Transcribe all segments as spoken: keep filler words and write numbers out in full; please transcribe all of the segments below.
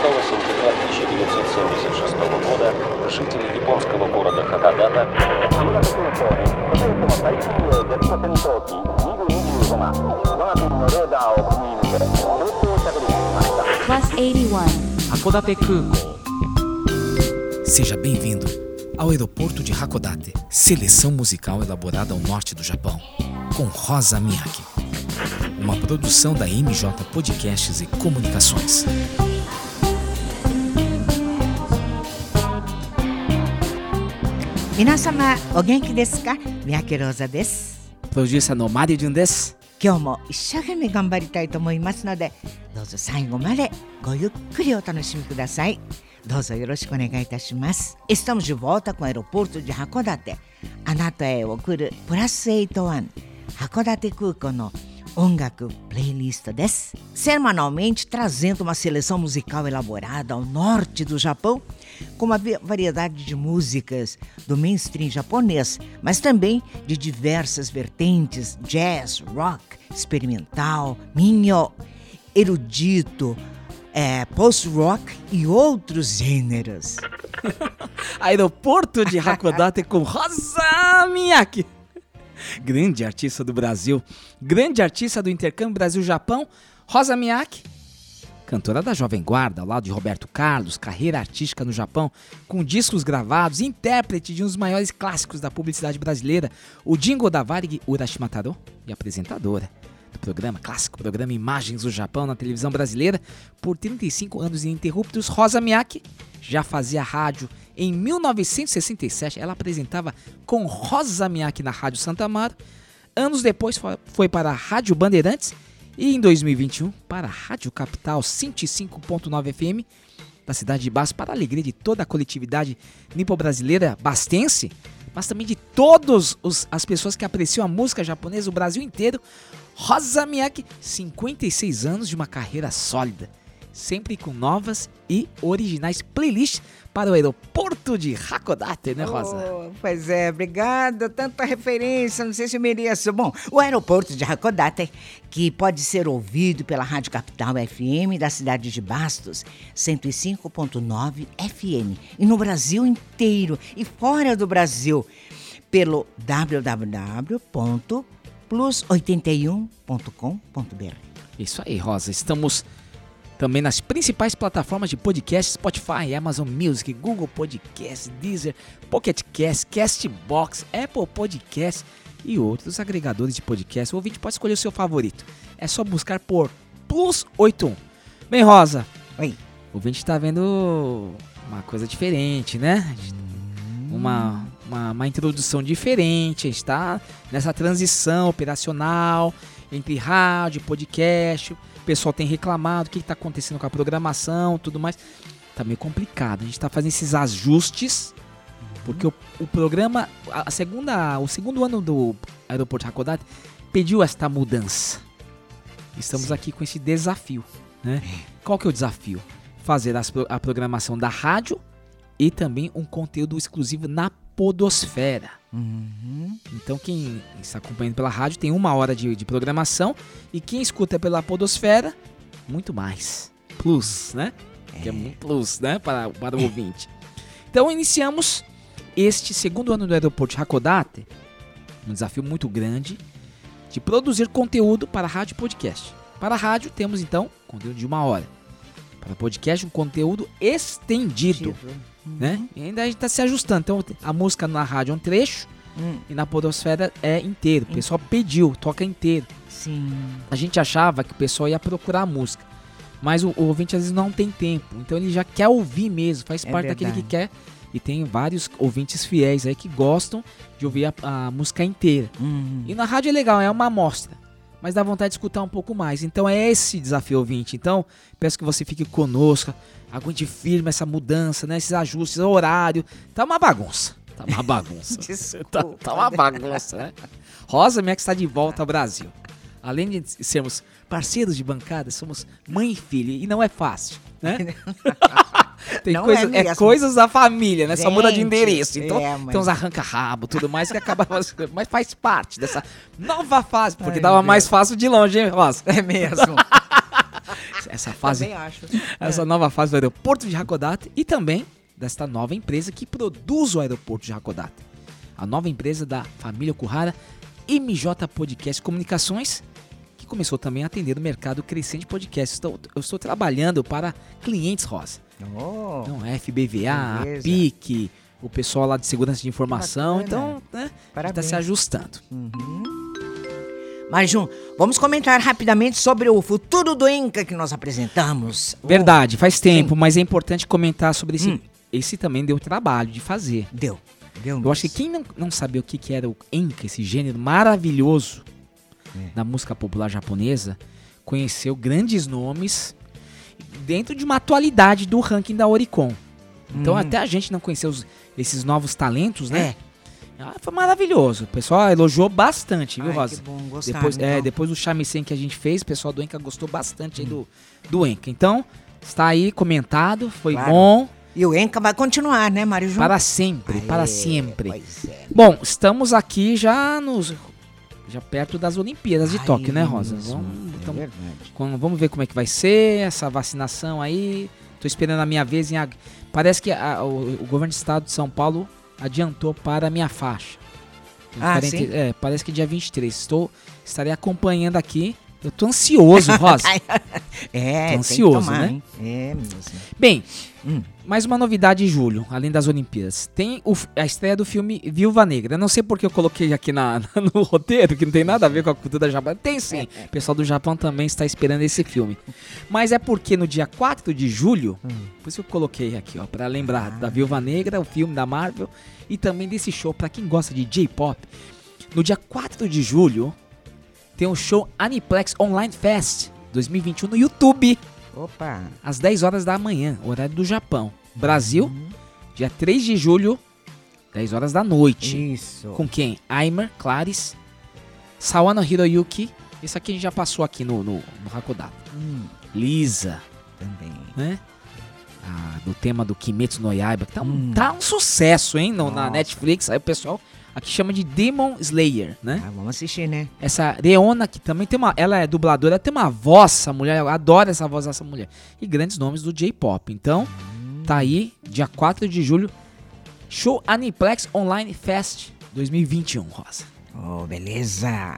шестого сентября тысяча девятьсот семьдесят шестого года жители японского города Хакодате Hakodate Kukou. Seja bem-vindo ao aeroporto de Hakodate, seleção musical elaborada ao norte do Japão, com Rosa Miyake. Uma produção da M J Podcasts e Comunicações. Minasama, o genki desu ka? Miyake Rosa desu. Producer no Mario Jun desu. 今日も一生懸命頑張りたいと思いますので、どうぞ最後までごゆっくりお楽しみください。どうぞよろしくお願いいたします。Estamos de volta com o aeroporto de Hakodate. あなたへ送るプラスはちじゅういち函館空港の音楽プレイリストです。Semanalmente trazendo uma seleção musical elaborada ao norte do Japão, com uma variedade de músicas do mainstream japonês, mas também de diversas vertentes: jazz, rock, experimental, minho, erudito, é, post-rock e outros gêneros. Aeroporto de Hakodate com Rosa Miyake. Grande artista do Brasil, grande artista do intercâmbio Brasil-Japão, Rosa Miyake, cantora da Jovem Guarda, ao lado de Roberto Carlos, carreira artística no Japão, com discos gravados, intérprete de um dos maiores clássicos da publicidade brasileira, o Jingo da Varig Urashima Taro, e apresentadora do programa, clássico programa Imagens do Japão na televisão brasileira, por trinta e cinco anos ininterruptos. Rosa Miyake já fazia rádio. Em mil novecentos e sessenta e sete, ela apresentava com Rosa Miyake na Rádio Santa Amaro. Anos depois, foi para a Rádio Bandeirantes e em dois mil e vinte e um para a Rádio Capital cento e cinco ponto nove F M da cidade de Bastos, para a alegria de toda a coletividade nipo-brasileira bastense, mas também de todas as pessoas que apreciam a música japonesa, o Brasil inteiro. Rosa Miyake, cinquenta e seis anos de uma carreira sólida, sempre com novas e originais playlists para o aeroporto de Hakodate, né, Rosa? Oh, pois é, obrigada, tanta referência, não sei se eu mereço. Bom, o aeroporto de Hakodate, que pode ser ouvido pela Rádio Capital F M da cidade de Bastos, cento e cinco ponto nove F M, e no Brasil inteiro e fora do Brasil, pelo w w w ponto plus oitenta e um ponto com ponto b r. Isso aí, Rosa, estamos também nas principais plataformas de podcast: Spotify, Amazon Music, Google Podcast, Deezer, Pocket Cast, Castbox, Apple Podcast e outros agregadores de podcast. O ouvinte pode escolher o seu favorito. É só buscar por Plus oitenta e um. Bem, Rosa, Oi. O ouvinte está vendo uma coisa diferente, né? Uma, uma, uma introdução diferente. A gente está nessa transição operacional entre rádio e podcast. O pessoal tem reclamado o que está acontecendo com a programação, tudo mais. Tá meio complicado. A gente está fazendo esses ajustes, porque o, o programa, a segunda, o segundo ano do aeroporto de Hakodate pediu esta mudança. Estamos Sim. aqui com esse desafio, né? Qual que é o desafio? Fazer as, a programação da rádio e também um conteúdo exclusivo na podosfera. Uhum. Então quem está acompanhando pela rádio tem uma hora de, de programação, e quem escuta pela podosfera, muito mais. Plus, né? É. Que é muito plus, né? Para, para o ouvinte. Então iniciamos este segundo ano do aeroporto de Hakodate, um desafio muito grande de produzir conteúdo para rádio e podcast. Para a rádio temos então conteúdo de uma hora. Para podcast um conteúdo estendido. Uhum. Né? E ainda a gente está se ajustando. Então a música na rádio é um trecho hum. e na podosfera é inteiro. O pessoal pediu, toca inteiro. Sim. A gente achava que o pessoal ia procurar a música, mas o, o ouvinte às vezes não tem tempo. Então ele já quer ouvir mesmo, faz é parte verdade. daquele que quer. E tem vários ouvintes fiéis aí que gostam de ouvir a, a música inteira. Uhum. E na rádio é legal, é uma amostra, mas dá vontade de escutar um pouco mais. Então é esse desafio, ouvinte. Então peço que você fique conosco, aguente firme essa mudança, né? Esses ajustes, horário. Tá uma bagunça. Tá uma bagunça. tá, tá uma bagunça, né? Rosa Miyake está de volta ao Brasil. Além de sermos parceiros de bancada, somos mãe e filho. E não é fácil, né? Tem Não coisa, é é coisas da família, né? Gente, Só muda de endereço. Então é, mas... tem uns arranca-rabo, tudo mais, que acaba... Mas faz parte dessa nova fase. Porque Ai, dava Deus. mais fácil de longe, hein, Rosa? É mesmo. essa fase, Também acho. essa É. nova fase do aeroporto de Hakodate e também desta nova empresa que produz o aeroporto de Hakodate. A nova empresa da família Okuhara, M J Podcast Comunicações, que começou também a atender o mercado crescente de podcasts. Estou, eu estou trabalhando para clientes, Rosa. Oh, Então, F B V A, a beleza. P I C, o pessoal lá de segurança de informação. Bacana. Então, né, a gente está Parabéns. se ajustando. Mas, Jun, vamos comentar rapidamente sobre o futuro do Enka que nós apresentamos. Verdade, faz tempo, Sim. mas é importante comentar sobre esse. Hum. Esse também deu trabalho de fazer. Oh, deu. Deu Eu acho que quem não, não sabia o que, que era o Enka, esse gênero maravilhoso É. da música popular japonesa, conheceu grandes nomes dentro de uma atualidade do ranking da Oricon. Então Hum. até a gente não conheceu os- esses novos talentos, É. né? Ah, foi maravilhoso. O pessoal elogiou bastante, viu, Ai, Rosa? que bom, gostaram, Depois, é, então. depois do shamisen que a gente fez, o pessoal do Enka gostou bastante aí do, do Enka. Então, está aí comentado, foi Claro. bom. E o Enka vai continuar, né, Mário Jun? Para sempre, para Aê, sempre. Pois é. Bom, estamos aqui já nos já perto das Olimpíadas de Ai, Tóquio, né, Rosa? isso, Vamos, é então, verdade. com- vamos ver como é que vai ser essa vacinação aí. Tô esperando a minha vez em ag- Parece que a- o, o governo do estado de São Paulo adiantou para a minha faixa. Tem Ah, quarenta sim? É, parece que dia vinte e três. Estou estarei acompanhando aqui. Eu tô ansioso, Rosa. É, Tô ansioso, tem que tomar, né? hein? É mesmo. Bem, Hum. mais uma novidade em julho, além das Olimpíadas. Tem o f- a estreia do filme Viúva Negra. Eu não sei porque eu coloquei aqui na, no roteiro, que não tem nada a ver com a cultura japonesa. Tem sim. O pessoal do Japão também está esperando esse filme. Mas é porque no dia quatro de julho, por isso que eu coloquei aqui, ó, para lembrar da Viúva Negra, o filme da Marvel, e também desse show para quem gosta de J-pop. No dia quatro de julho, tem o show Aniplex Online Fest dois mil e vinte e um no YouTube, Opa. às dez horas da manhã, horário do Japão. Brasil, dia três de julho, dez horas da noite. Isso. Com quem? Aimer, Claris, Sawano Hiroyuki. Esse aqui a gente já passou aqui no, no, no Hakodate. Hum, Lisa, também. né? Ah, do tema do Kimetsu no Yaiba, que tá, um- Hum. tá um sucesso, hein, no- na Nossa. Netflix. Aí o pessoal aqui chama de Demon Slayer, né? Ah, vamos assistir, né? Essa Leona, que também tem uma. Ela é dubladora, ela tem uma voz, essa mulher. Eu adoro essa voz dessa mulher. E grandes nomes do J-pop. Então, tá aí, dia quatro de julho. Show Aniplex Online Fest dois mil e vinte e um, Rosa. Oh, beleza.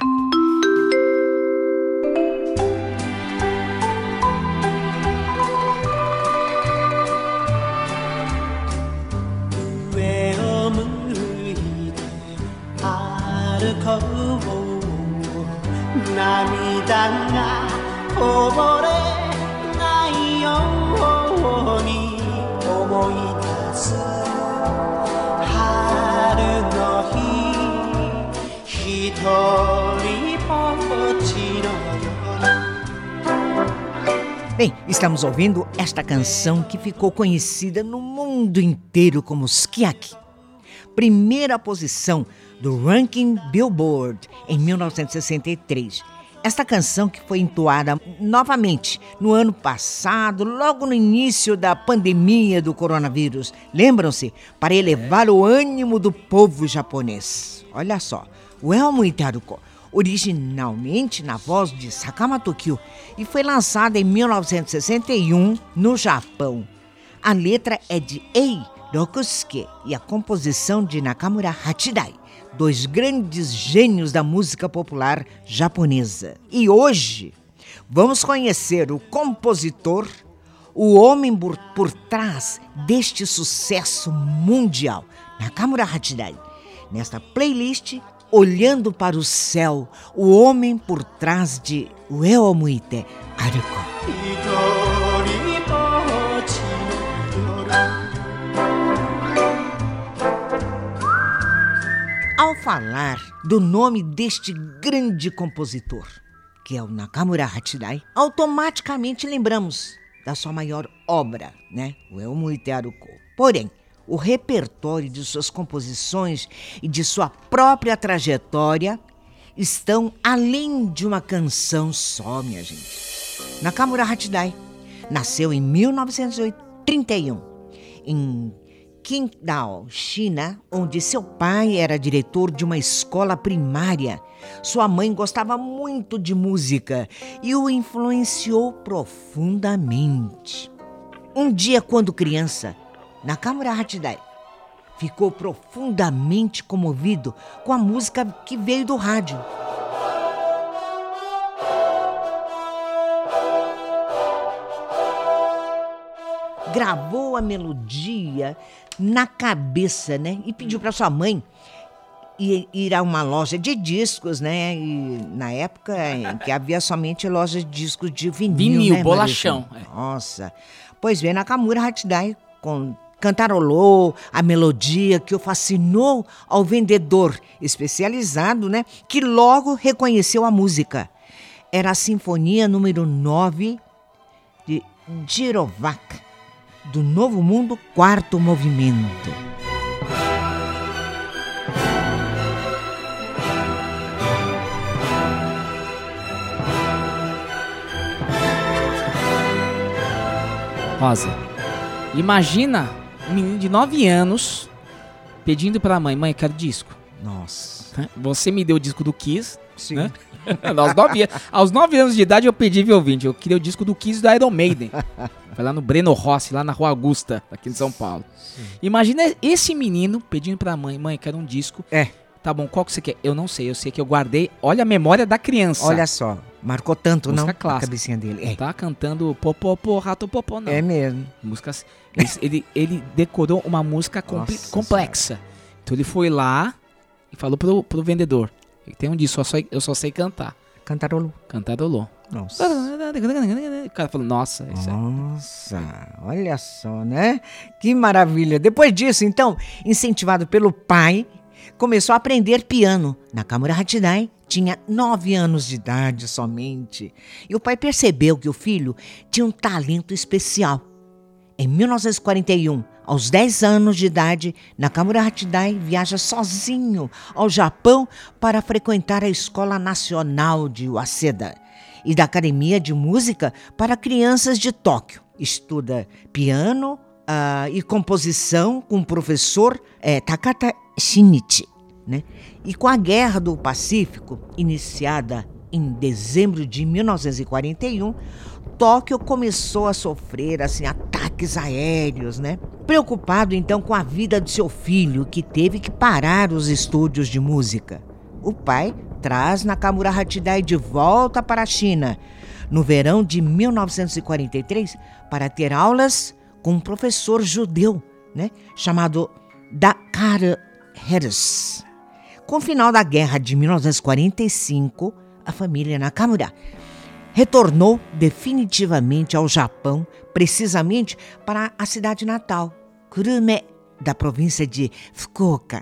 Bem, estamos ouvindo esta canção que ficou conhecida no mundo inteiro como Sukiyaki. Primeira posição do ranking Billboard em mil novecentos e sessenta e três. Esta canção que foi entoada novamente no ano passado, logo no início da pandemia do coronavírus. Lembram-se? Para elevar o ânimo do povo japonês. Olha só, o Elmo Itaruko, originalmente na voz de Sakamoto Kyo, e foi lançada em mil novecentos e sessenta e um no Japão. A letra é de Ei Rokusuke e a composição de Nakamura Hachidai, dois grandes gênios da música popular japonesa. E hoje vamos conhecer o compositor, o homem por, por trás deste sucesso mundial, Nakamura Hachidai. Nesta playlist, Olhando para o Céu, o homem por trás de Ue o Muite Aruko. Ao falar do nome deste grande compositor, que é o Nakamura Hachidai, automaticamente lembramos da sua maior obra, né? O Ue o Muite Aruko. Porém, o repertório de suas composições e de sua própria trajetória estão além de uma canção só, minha gente. Nakamura Hachidai nasceu em mil novecentos e trinta e um em Qingdao, China, onde seu pai era diretor de uma escola primária. Sua mãe gostava muito de música e o influenciou profundamente. Um dia, quando criança, Nakamura Hachidai ficou profundamente comovido com a música que veio do rádio. Gravou a melodia na cabeça, né? E pediu para sua mãe ir, ir a uma loja de discos, né? E na época em que havia somente loja de discos de vinil, Vinil, né, bolachão. Marisa? Nossa. Pois bem, Nakamura Hachidai com, cantarolou a melodia que o fascinou ao vendedor especializado, né? Que logo reconheceu a música. Era a Sinfonia número nove de Girovac, do Novo Mundo, quarto movimento. Rosa, imagina um menino de nove anos pedindo pra mãe, mãe, eu quero disco. Nossa. Você me deu o disco do Kiss, Sim. né? aos, nove, aos nove anos de idade eu pedi, viu, ouvinte? Eu queria o disco do Kiss do Iron Maiden. Foi lá no Breno Rossi, lá na Rua Augusta, aqui em São Paulo. Sim. Imagina esse menino pedindo pra mãe, mãe, quero um disco. É. Tá bom, qual que você quer? Eu não sei, eu sei que eu guardei. Olha a memória da criança. Olha só, marcou tanto, música não? Clássica. A cabecinha dele. Não É. tá cantando popopô, rato popô, não. É mesmo. Músicas, ele, ele, ele decorou uma música compli- Nossa complexa. Senhora. Então ele foi lá e falou pro, pro vendedor, tem um disco, eu só, eu só sei cantar. Cantarolou. Cantarolou. Nossa. O cara falou, nossa, isso é... Nossa, olha só, né? Que maravilha. Depois disso, então, incentivado pelo pai, começou a aprender piano. Nakamura Hachidai tinha nove anos de idade somente. E o pai percebeu que o filho tinha um talento especial. Em mil novecentos e quarenta e um, aos dez anos de idade, Nakamura Hachidai viaja sozinho ao Japão para frequentar a Escola Nacional de Waseda e da Academia de Música para Crianças de Tóquio. Estuda piano uh, e composição com o professor eh, Takata Shinichi, né? E com a Guerra do Pacífico, iniciada em dezembro de mil novecentos e quarenta e um, Tóquio começou a sofrer assim, ataques aéreos, né? Preocupado então com a vida do seu filho, que teve que parar os estúdios de música, o pai traz Nakamura Hachidai de volta para a China no verão de mil novecentos e quarenta e três para ter aulas com um professor judeu, né? Chamado Dakar Harris. Com o final da guerra de mil novecentos e quarenta e cinco, a família Nakamura retornou definitivamente ao Japão, precisamente para a cidade natal, Kurume, da província de Fukuoka.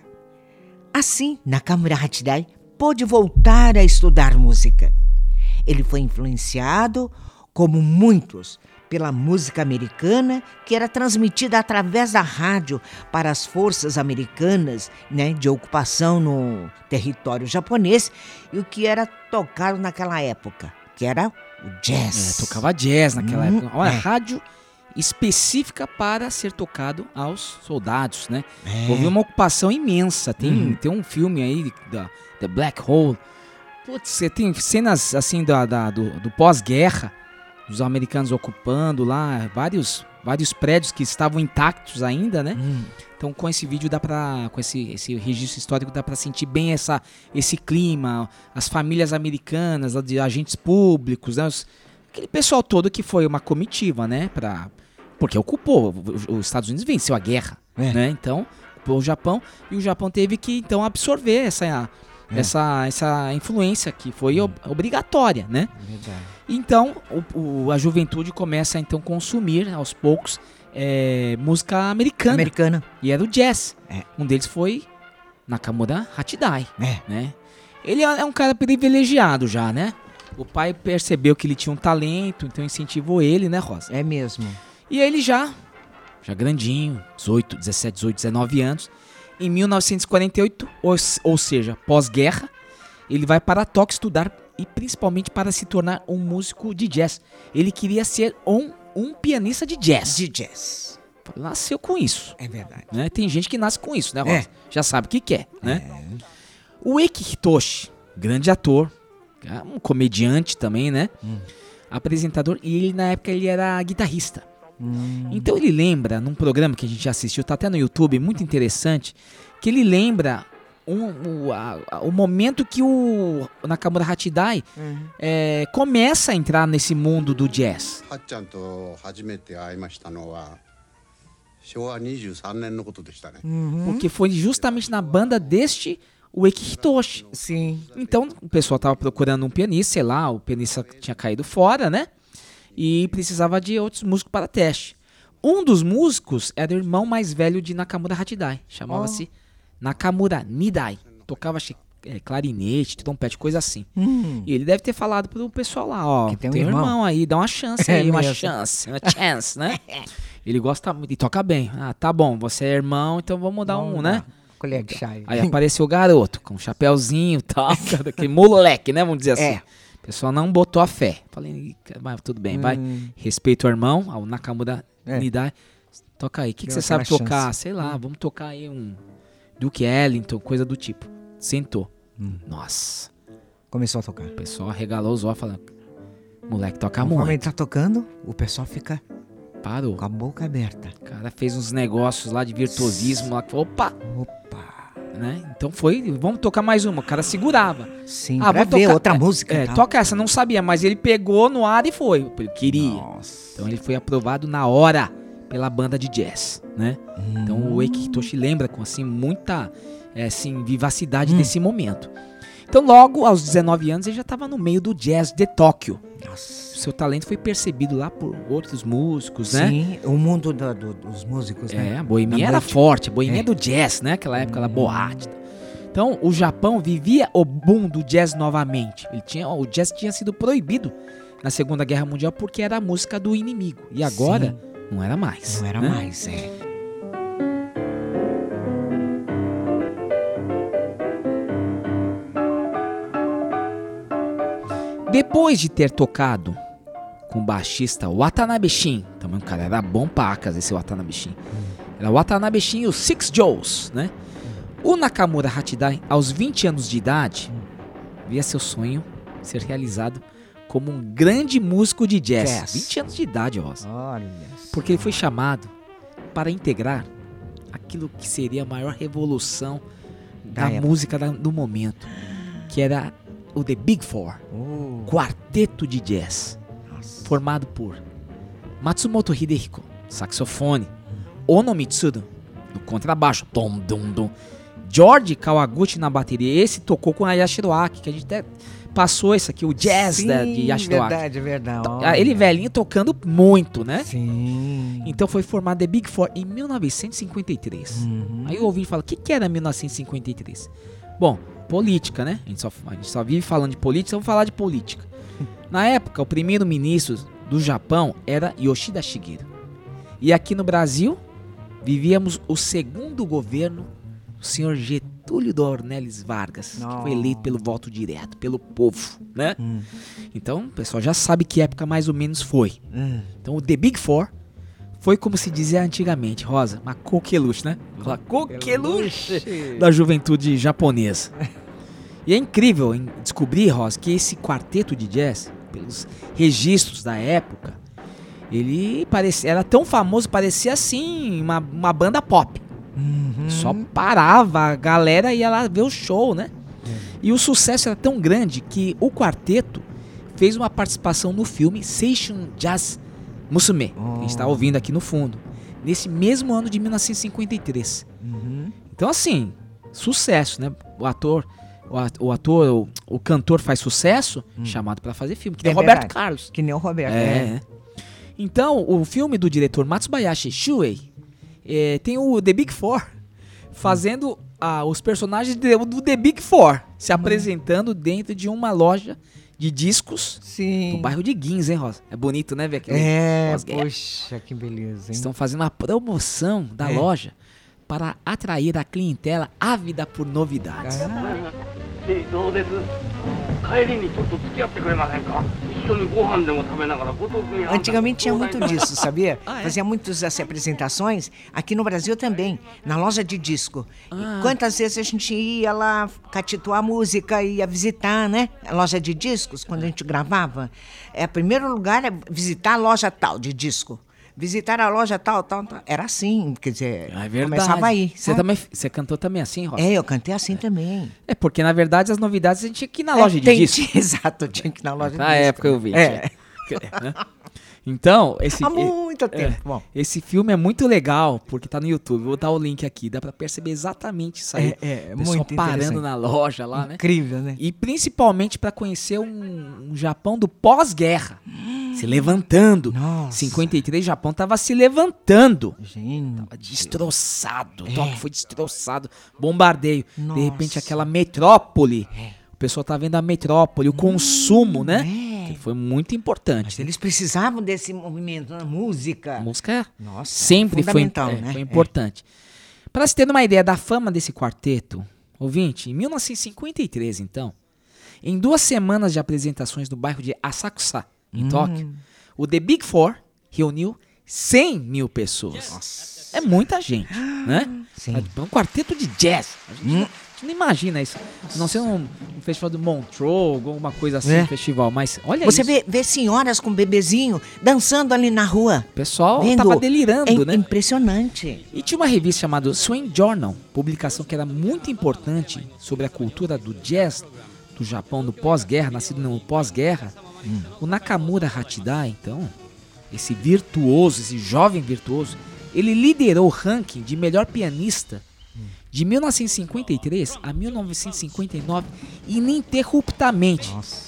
Assim, Nakamura Hachidai pôde voltar a estudar música. Ele foi influenciado, como muitos, pela música americana, que era transmitida através da rádio para as forças americanas, né, de ocupação no território japonês, e o que era tocado naquela época, que era o jazz. É, tocava jazz naquela hum, época. Olha, é. rádio específica para ser tocado aos soldados, né? É. Houve uma ocupação imensa. Tem, Uhum. tem um filme aí da The Black Hole. Putz, você tem cenas assim da, da- do, do pós-guerra, os americanos ocupando lá vários, vários prédios que estavam intactos ainda, né? Hum. Então, com esse vídeo dá para, com esse, esse registro histórico, dá para sentir bem essa, esse clima, as famílias americanas, de agentes públicos, né? Os- aquele pessoal todo que foi uma comitiva, né? Pra, porque ocupou, o- os Estados Unidos venceu a guerra, É. né? Então, ocupou o Japão e o Japão teve que então absorver essa, É. essa, essa influência que foi ob- obrigatória, né? Verdade. Então, o- o- a juventude começa então a consumir aos poucos é, música americana. Americana. E era o jazz. É. Um deles foi Nakamura Hachidai, É. né? Ele é é um cara privilegiado já, né? O pai percebeu que ele tinha um talento, então incentivou ele, né, Rosa? É mesmo. E ele já, já grandinho, dezoito, dezessete, dezoito, dezenove anos, em mil novecentos e quarenta e oito, ou, ou seja, pós-guerra, ele vai para Tóquio estudar e principalmente para se tornar um músico de jazz. Ele queria ser um, um pianista de jazz. De jazz. nasceu com isso. É verdade. Né? Tem gente que nasce com isso, né, Rosa? É. Já sabe o que quer, né? O Eki Hitoshi, grande ator, um comediante também, né? Hum. Apresentador, e ele na época ele era guitarrista. Hum. Então ele lembra, num programa que a gente já assistiu, tá até no YouTube, muito interessante, que ele lembra um, o, a- a- o momento que o Nakamura Hachidai Uhum. é, começa a entrar nesse mundo do jazz. はっちゃんと初めて会いましたのは昭和にじゅうさんねんのことでしたね。 Porque foi justamente na banda deste, o Eki Hitoshi. Sim. Então o pessoal tava procurando um pianista, sei lá, o pianista tinha caído fora, né? E precisava de outros músicos para teste. Um dos músicos era o irmão mais velho de Nakamura Hachidai, chamava-se Nakamura Nidai. Tocava acho, que, é, clarinete, trompete, coisa assim. Hum. E ele deve ter falado pro pessoal lá, ó, Que tem tem um um irmão. irmão aí, dá uma chance É aí, uma mesmo. chance, uma chance, né? Ele gosta muito e toca bem. Ah, tá bom, você é irmão, então vamos dar um, né? Colher de chá. Aí apareceu o garoto, com um chapéuzinho e tal, aquele moleque, né, vamos dizer assim. É. O pessoal não botou a fé. Falei, "Ih, mas tudo bem, vai. Hum. Respeita o irmão, ao Nakamura É. Nidai. Toca aí, o que, que Deu você sabe aquela tocar? chance. Sei lá, vamos tocar aí um Duke Ellington, coisa do tipo. Sentou. Hum. Nossa, Começou a tocar. o pessoal arregalou os olhos falando, moleque toca Conforme ele muito. tá tocando, o pessoal fica Parou. com a boca aberta. O cara fez uns negócios lá de virtuosismo lá, que falou, opa, Opa. né? Então foi, vamos tocar mais uma. O cara segurava. Sim, Ah, pra vou ver tocar- outra música. É, e tal. toca essa, não sabia, mas ele pegou no ar e foi. Ele queria. Nossa. Então ele foi aprovado na hora pela banda de jazz, né? Então Hum. o Eki Hitoshi lembra com assim muita é, assim, vivacidade Hum. desse momento. Então logo aos dezenove anos ele já estava no meio do jazz de Tóquio. O Nossa. seu talento foi percebido lá por outros músicos, né? Sim, o mundo do- do- dos músicos, né? É, a boemia Da era noite. forte, a boemia É. do jazz, né? Aquela época era boate. Então, o Japão vivia o boom do jazz novamente. Ele tinha, o jazz tinha sido proibido na Segunda Guerra Mundial porque era a música do inimigo. E agora, não era mais. Não era né? mais, é. Depois de ter tocado com o baixista Watanabe Shin, também o cara era bom pacas esse Watanabe Shin. Era Watanabe Shin e os Six Joes, né? O Nakamura Hachidai, aos vinte anos de idade, via seu sonho ser realizado como um grande músico de jazz. Jazz. vinte anos de idade, Rosa. Olha. Porque ele foi chamado para integrar aquilo que seria a maior revolução da Da época. música da- do momento, que era o The Big Four, Oh, quarteto de jazz, nossa. formado por Matsumoto Hidehiko, saxofone, Ono Mitsuda, no contrabaixo, tom, dum, dum, George Kawaguchi na bateria. Esse tocou com a Yashiro Aki, que a gente até passou isso aqui, o jazz Sim, da, de Yashiro Aki. verdade, verdade. To- olha. Ele velhinho tocando muito, né? Sim. Então foi formado The Big Four em mil novecentos e cinquenta e três. Uhum. Aí eu ouvi falar, o que, que era mil novecentos e cinquenta e três? Bom, política, né? A gente, só, a gente só vive falando de política, vamos falar de política. Na época, o primeiro-ministro do Japão era Yoshida Shigeru. E aqui no Brasil, vivíamos o segundo governo do senhor Getúlio Dornelles Vargas, que foi eleito pelo voto direto, pelo povo, né? Hum. Então, o pessoal já sabe que época mais ou menos foi. Hum. Então, o The Big Four foi como se dizia antigamente, Rosa, uma coqueluche, né? Uma coqueluche da juventude japonesa. E é incrível em descobrir, Rosa, que esse quarteto de jazz, pelos registros da época, ele parecia, era tão famoso, parecia assim, uma, uma banda pop. Uhum. Só parava, a galera ia lá ver o show, né? E o sucesso era tão grande que o quarteto fez uma participação no filme Seishun Jazz Musume, que a gente está ouvindo aqui no fundo, nesse mesmo ano de mil novecentos e cinquenta e três. Uhum. Então, assim, sucesso, né? O ator, o, at- o ator, o, o cantor faz sucesso, chamado para fazer filme, que É é Roberto verdade. Carlos. Que nem o Roberto. É. Então, o filme do diretor Matsubayashi Shuei é, tem o The Big Four fazendo ah, os personagens de- do The Big Four se apresentando dentro de uma loja de discos Sim. no bairro de Guins, hein, Rosa? É bonito, né, ver aquele É, pós-guerra. poxa, que beleza, hein? Estão fazendo uma promoção da É. loja para atrair a clientela ávida por novidades. Ah, どうです Antigamente tinha muito disso, sabia? Ah, é? Fazia muitas assim, apresentações, aqui no Brasil também, na loja de disco. Ah. E quantas vezes a gente ia lá catituar a música, ia visitar, né? A loja de discos, quando a gente gravava. É, primeiro lugar é visitar a loja tal de disco. Visitar a loja tal, tal, tal. Era assim, quer dizer, É verdade. começava aí. Você, sabe? também, você cantou também assim, Rosa? É, eu cantei assim também. É, porque na verdade as novidades a gente tinha que ir na loja É, de tem- disco. Exato, tinha que ir na loja Na de disco. época eu vi. É. Né? Então, esse, Há muito tempo. é, Bom. esse filme é muito legal, porque tá no YouTube. Vou dar o link aqui, dá pra perceber exatamente isso aí. É, é, O pessoal muito parando interessante. na loja lá, né? Incrível, né? E principalmente pra conhecer um, um Japão do pós-guerra. Se levantando. Nossa. cinquenta e três, o Japão tava se levantando. Gente. Tava destroçado. Tóquio foi destroçado. Bombardeio. De Nossa. repente, aquela metrópole. O pessoal tá vendo a metrópole, o consumo, né? é. Que foi muito importante. Mas eles precisavam desse movimento, na música. A música Nossa, sempre foi, fundamental, é, né? foi importante. Para se ter uma ideia da fama desse quarteto, ouvinte, em mil novecentos e cinquenta e três, então, em duas semanas de apresentações no bairro de Asakusa, em Tóquio, o The Big Four reuniu cem mil pessoas. É muita gente, né? Sim. É um quarteto de jazz. A gente, não, a gente não imagina isso. A não ser um, um festival do Montreux, alguma coisa assim, É. um festival. Mas olha Você isso. vê, vê senhoras com bebezinho dançando ali na rua. O pessoal Vendo? tava delirando, É né? impressionante. E tinha uma revista chamada Swing Journal, publicação que era muito importante sobre a cultura do jazz do Japão no pós-guerra, nascido no pós-guerra. O Nakamura Hachidai, então, esse virtuoso, esse jovem virtuoso, ele liderou o ranking de melhor pianista de mil novecentos e cinquenta e três a mil novecentos e cinquenta e nove, ininterruptamente.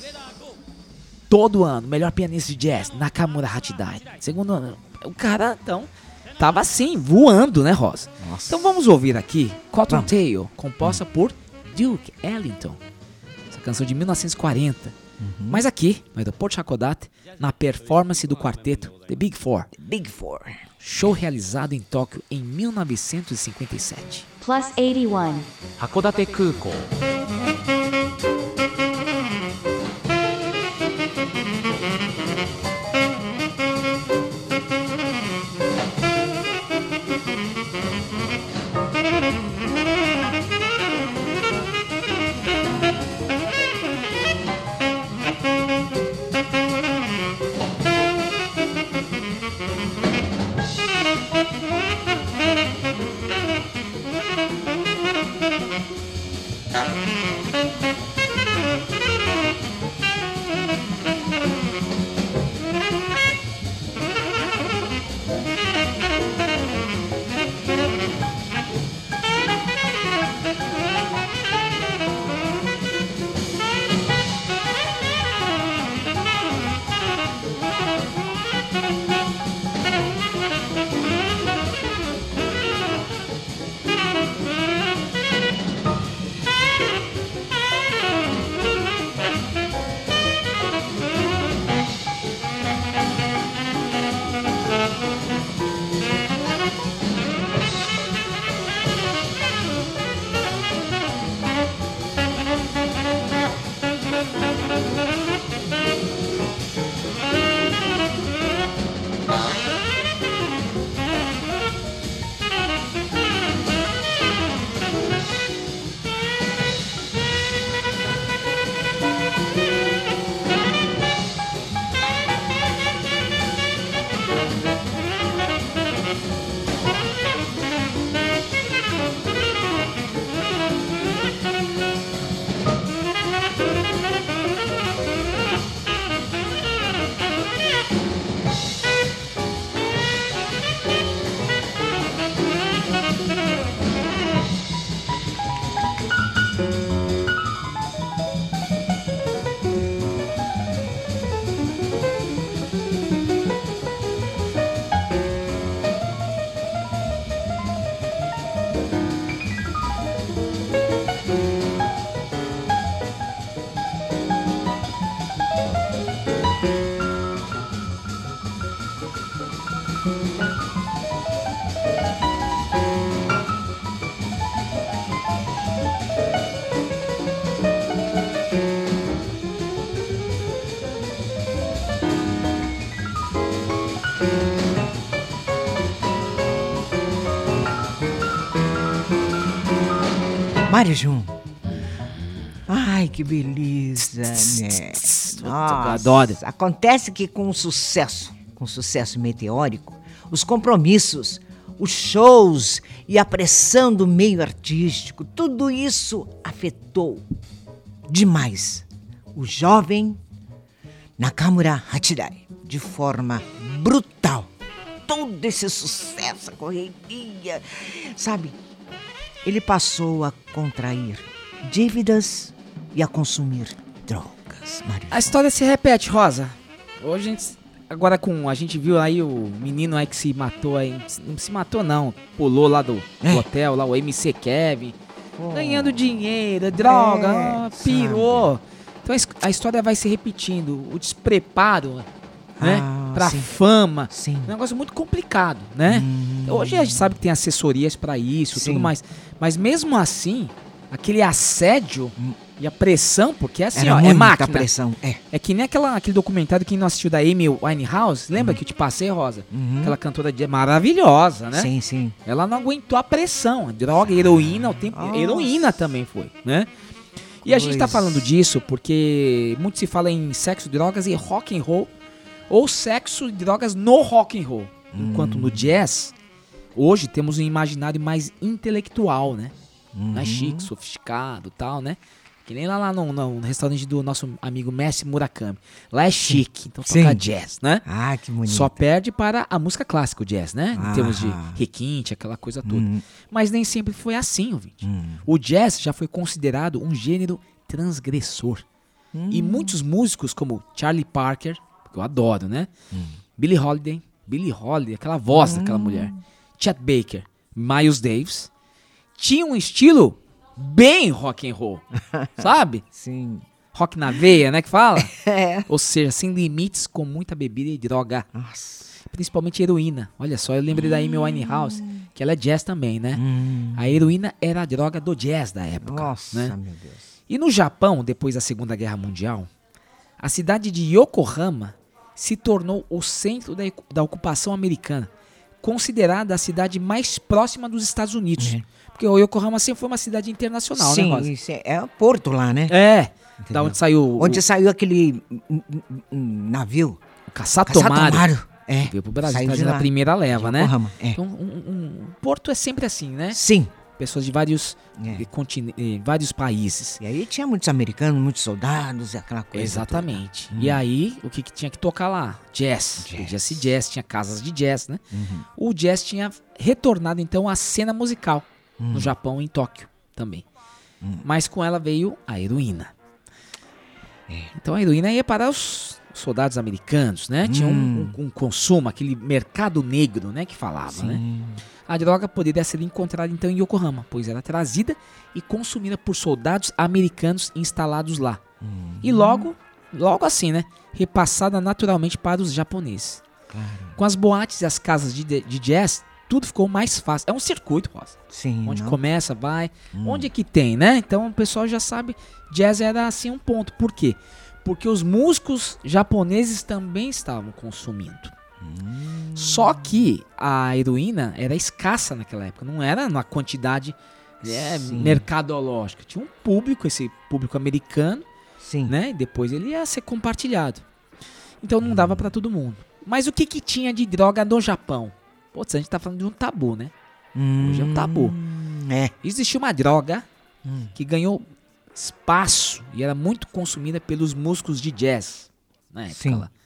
Todo ano, melhor pianista de jazz, Nakamura Hachidai. Segundo ano, o cara, então, tava assim, voando, né, Rosa? Então vamos ouvir aqui Cotton Tail, composta por Duke Ellington. Essa canção de mil novecentos e quarenta. Mas aqui, no aeroporto de Hakodate, na performance do quarteto The Big Four. Big Four. Show realizado em Tóquio em mil novecentos e cinquenta e sete. Plus eighty-one. Hakodate Kukou. 「 Mário Jun. Ai, que beleza, né? Eu adoro. Acontece que com o sucesso, com o sucesso meteórico, os compromissos, os shows e a pressão do meio artístico, tudo isso afetou demais o jovem Nakamura Hachidai de forma brutal. Todo esse sucesso, a correria, sabe? Ele passou a contrair dívidas e a consumir drogas, Mário. A história se repete, Rosa. Hoje a gente, agora com a gente viu aí o menino aí que se matou aí, não se matou não, pulou lá do, do É. hotel, lá o M C Kevin, Oh. ganhando dinheiro, droga, É, ah, pirou. sabe. Então a, his- a história vai se repetindo, o despreparo, né, Ah, pra sim. fama. Sim. Um negócio muito complicado, né? Hum. Hoje a gente sabe que tem assessorias pra isso e Sim. tudo mais. Mas mesmo assim, aquele assédio e a pressão, porque é assim, Era ó, é muita máquina. pressão. É. É que nem aquela, aquele documentário que não assistiu da Amy Winehouse. Lembra que eu te passei, Rosa? Uhum. Aquela cantora de maravilhosa, né? Sim, sim. Ela não aguentou a pressão. Droga, heroína, o tempo. Nossa. Heroína também foi, né? E a gente tá Coisa. falando disso porque muito se fala em sexo, drogas e rock and roll, ou sexo e drogas no rock and roll. Enquanto no jazz, hoje temos um imaginário mais intelectual, né? Mais chique, sofisticado e tal, né? Que nem lá, lá no, no restaurante do nosso amigo Messi Murakami. Lá é chique, então toca Sim. jazz, né? Ah, que bonito. Só perde para a música clássica, o jazz, né? Em termos de Ah. requinte, aquela coisa toda. Hum. Mas nem sempre foi assim, ouvinte. Hum. O jazz já foi considerado um gênero transgressor. E muitos músicos, como Charlie Parker, que eu adoro, né? Billie Holiday, Billie Holiday, aquela voz daquela mulher. Chet Baker, Miles Davis, tinham um estilo bem rock and roll, sabe? Sim. Rock na veia, né, que fala? É. Ou seja, sem limites, com muita bebida e droga. Nossa. Principalmente heroína. Olha só, eu lembrei da Amy Winehouse, que ela é jazz também, né? Hum. A heroína era a droga do jazz da época, Nossa, né? meu Deus. E no Japão, depois da Segunda Guerra Mundial, a cidade de Yokohama se tornou o centro da, da ocupação americana, considerada a cidade mais próxima dos Estados Unidos. É. Porque o Yokohama sempre foi uma cidade internacional, Sim, né, Rosa? isso é, é o porto lá, né? É, Entendeu? da onde saiu o, Onde saiu aquele hum, hum, hum, navio. o Caçatomário. Caçatomário. É. Veio pro Brasil, Saiu de trazendo a lá. primeira leva, né? Yokohama, é. Então, um, um- um- Porto é sempre assim, né? Sim. Pessoas de vários, É. eh, contini- eh, vários países. E aí tinha muitos americanos, muitos soldados, e aquela coisa. Exatamente. toda. E aí, o que, que tinha que tocar lá? Jazz. Jazz. Podia ser jazz, tinha casas de jazz, né? Uhum. O jazz tinha retornado, então, à cena musical Hum. no Japão, em Tóquio também. Mas com ela veio a heroína. É. Então, a heroína ia para os soldados americanos, né? Tinha um, Hum. um- um consumo, aquele mercado negro, né? Que falava, né? Sim. A droga poderia ser encontrada então em Yokohama, pois era trazida e consumida por soldados americanos instalados lá. E logo, logo assim, né? Repassada naturalmente para os japoneses. Claro. Com as boates e as casas de, de jazz, tudo ficou mais fácil. É um circuito, Rosa. Sim. Onde não? começa, vai. Onde é que tem, né? Então o pessoal já sabe, jazz era assim um ponto. Por quê? Porque os músicos japoneses também estavam consumindo. Só que a heroína era escassa naquela época, não era na quantidade é, Sim. mercadológica. Tinha um público, esse público americano, Sim. né? E depois ele ia ser compartilhado. Então não dava pra todo mundo. Mas o que que tinha de droga no Japão? Putz, a gente tá falando de um tabu, né? Hoje é um tabu. Hum, É. Existia uma droga Hum. que ganhou espaço e era muito consumida pelos músicos de jazz. Na época Sim. lá.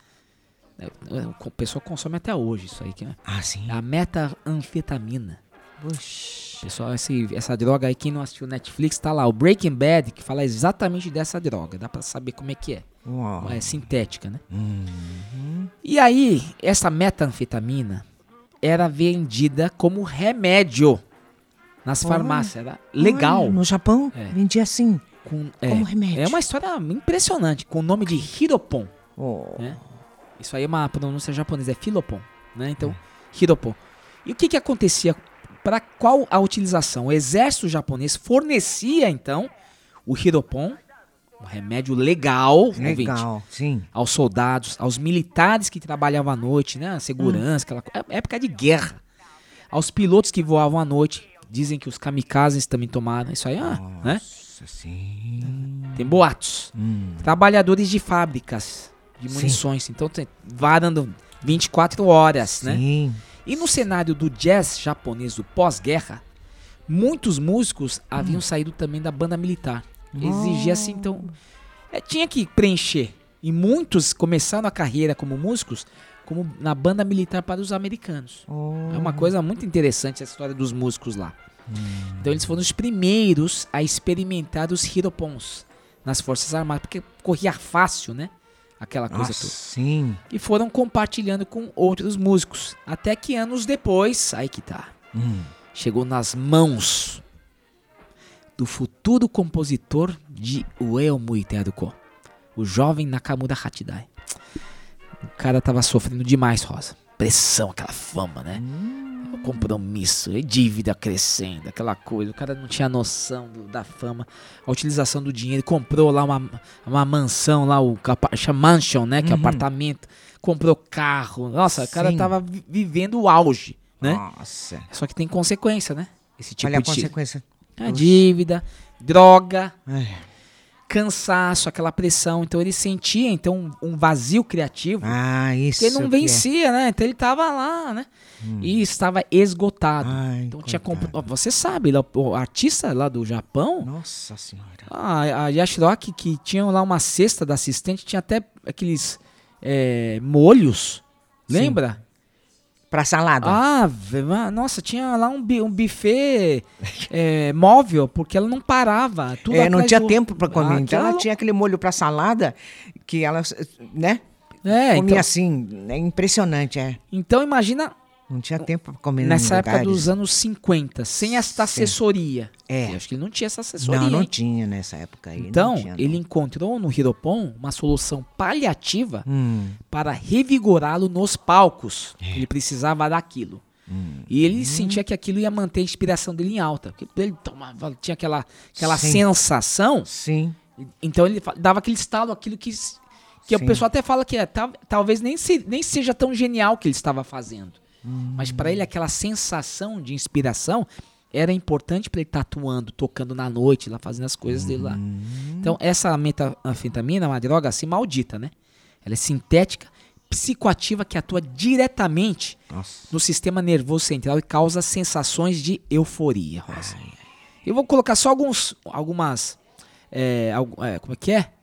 O pessoal consome até hoje isso aí, que é Ah, sim. a metanfetamina. Puxa. Pessoal, esse, essa droga aí, quem não assistiu Netflix, tá lá. O Breaking Bad, que fala exatamente dessa droga. Dá pra saber como é que é. Uau. É sintética, né? Uhum. E aí, essa metanfetamina era vendida como remédio nas Olha. farmácias. Era legal. Olha, no Japão, É. vendia assim. Com, é, Como remédio. É uma história impressionante, com o nome de Hiropon. Oh. Né? Isso aí é uma pronúncia japonesa, é Filopon, né? Então, Hiropon. E o que que acontecia? Para qual a utilização? O exército japonês fornecia, então, o Hiropon, um remédio legal, ouvinte, Legal, sim. aos soldados, aos militares que trabalhavam à noite, né? A segurança, aquela co- é época de guerra. Aos pilotos que voavam à noite, Dizem que os kamikazes também tomaram. Isso aí, ah, né? Nossa, sim. Tem boatos. Hum. Trabalhadores de fábricas de Sim. munições. Então, tem, varando vinte e quatro horas, né? Sim. E no cenário do jazz japonês do pós-guerra, muitos músicos haviam saído também da banda militar. Exigia assim, então... é, tinha que preencher. E muitos começaram a carreira como músicos como na banda militar para os americanos. Oh. É uma coisa muito interessante essa história dos músicos lá. Então eles foram os primeiros a experimentar os hiropons nas Forças Armadas, porque corria fácil, né? Aquela coisa Nossa, toda. sim. E foram compartilhando com outros músicos. Até que anos depois, aí que tá, Hum. chegou nas mãos do futuro compositor de Ueo Muiteruko, o jovem Nakamura Hachidai. O cara tava sofrendo demais, Rosa. Pressão, aquela fama, né? O compromisso, e dívida crescendo, aquela coisa. O cara não tinha noção do- da fama, a utilização do dinheiro. Ele comprou lá uma, uma mansão, lá o capa- chama mansion, né? Que é apartamento. Comprou carro. Nossa, o cara Sim. tava vi- vivendo o auge, né? Nossa. Só que tem consequência, né? Esse tipo Olha a de consequência. a dívida, droga, Ai. cansaço, aquela pressão. Então ele sentia então um vazio criativo. Ah, isso. Porque ele não que é. vencia, né? Então ele tava lá, né? E estava esgotado. Ai, então tinha coitado. comp... Você sabe, lá, o artista lá do Japão, Nossa senhora. a, a Yashiroki, que tinha lá uma cesta da assistente, tinha até aqueles é, molhos. Lembra? Pra salada. Ah, ve- ma- nossa, tinha lá um, bi- um buffet é, móvel, porque ela não parava. Tudo É, não atrás tinha do- tempo pra comer. Ah, então ela aquela- tinha aquele molho pra salada que ela, né? É, comia então, assim. É impressionante, é. então imagina Não tinha tempo pra comer nessa em época lugares. dos anos cinquenta, sem essa Sim. assessoria. É. Eu acho que ele não tinha essa assessoria. Não, não hein? tinha nessa época aí. Então, não tinha, não. ele encontrou no Hiropon uma solução paliativa Hum, para revigorá-lo nos palcos. É. Ele precisava daquilo. hum. E ele sentia que aquilo ia manter a inspiração dele em alta. Porque ele tomava, tinha aquela, aquela Sim. sensação. Sim. Então ele fa- dava aquele estalo, aquilo que, s- que o Sim. pessoal até fala que é, tal- talvez nem, se- nem seja tão genial que ele estava fazendo. Hum. Mas para ele aquela sensação de inspiração era importante para ele estar atuando, tocando na noite, lá fazendo as coisas dele lá. Hum. Então essa metanfetamina é uma droga assim maldita, né? Ela é sintética, psicoativa, que atua diretamente Nossa. no sistema nervoso central e causa sensações de euforia, Rosa. Eu vou colocar só alguns, algumas, é, algu- é, como é que é?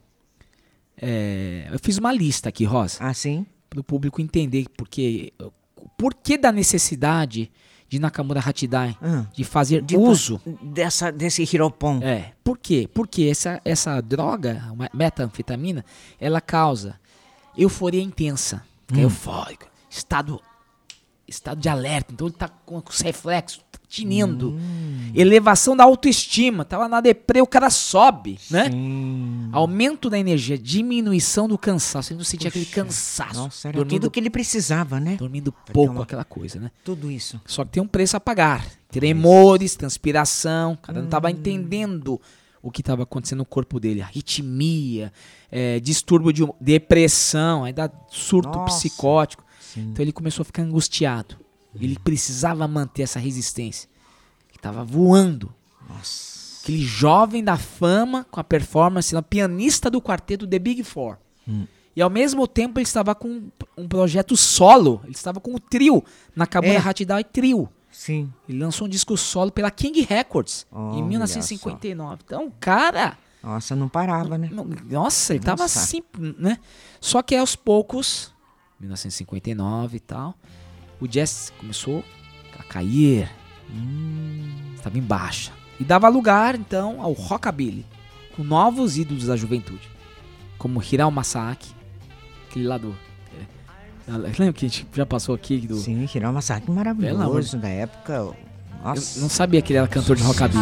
É, eu fiz uma lista aqui, Rosa, Ah, sim? para o público entender porque, o porquê da necessidade de Nakamura Hachidai Ah. de fazer De- uso. Dessa, desse hiropon. É, por quê? Porque essa, essa droga, uma metanfetamina, ela causa euforia intensa, fica eufórico, estado, estado de alerta, então ele tá com os reflexos tinindo, elevação da autoestima, tava na deprê, o cara sobe, né? Sim. Aumento da energia, diminuição do cansaço, ele não sentia aquele Puxa, cansaço, Nossa, era dormindo, tudo que ele precisava, né? dormindo ter pouco, uma- aquela coisa, né? Tudo isso. Só que tem um preço a pagar. Tremores, transpiração. O cara não estava entendendo o que estava acontecendo no corpo dele. Arritmia, é, distúrbio de depressão, aí dá surto Nossa. psicótico. Sim. Então ele começou a ficar angustiado. Ele precisava manter essa resistência. Ele estava voando. Nossa. Aquele jovem da fama com a performance, o pianista do quarteto The Big Four. Hum. E ao mesmo tempo ele estava com um projeto solo. Ele estava com o trio. Nakamura É. Hachidai Trio. Sim. Ele lançou um disco solo pela King Records em Olha mil novecentos e cinquenta e nove. Então, cara, Nossa, não parava, né? não- nossa, ele tava Nossa. assim, né? Só que aos poucos, mil novecentos e cinquenta e nove e tal, o jazz começou a cair. Estava em baixa. E dava lugar, então, ao rockabilly, com novos ídolos da juventude, como Hirao Masaaki, aquele lá do... é, lembra que a gente já passou aqui do... Sim, Hirao Masaaki Pelo amor maravilhoso da época. Eu Nossa. não sabia que ele era cantor de rockabilly.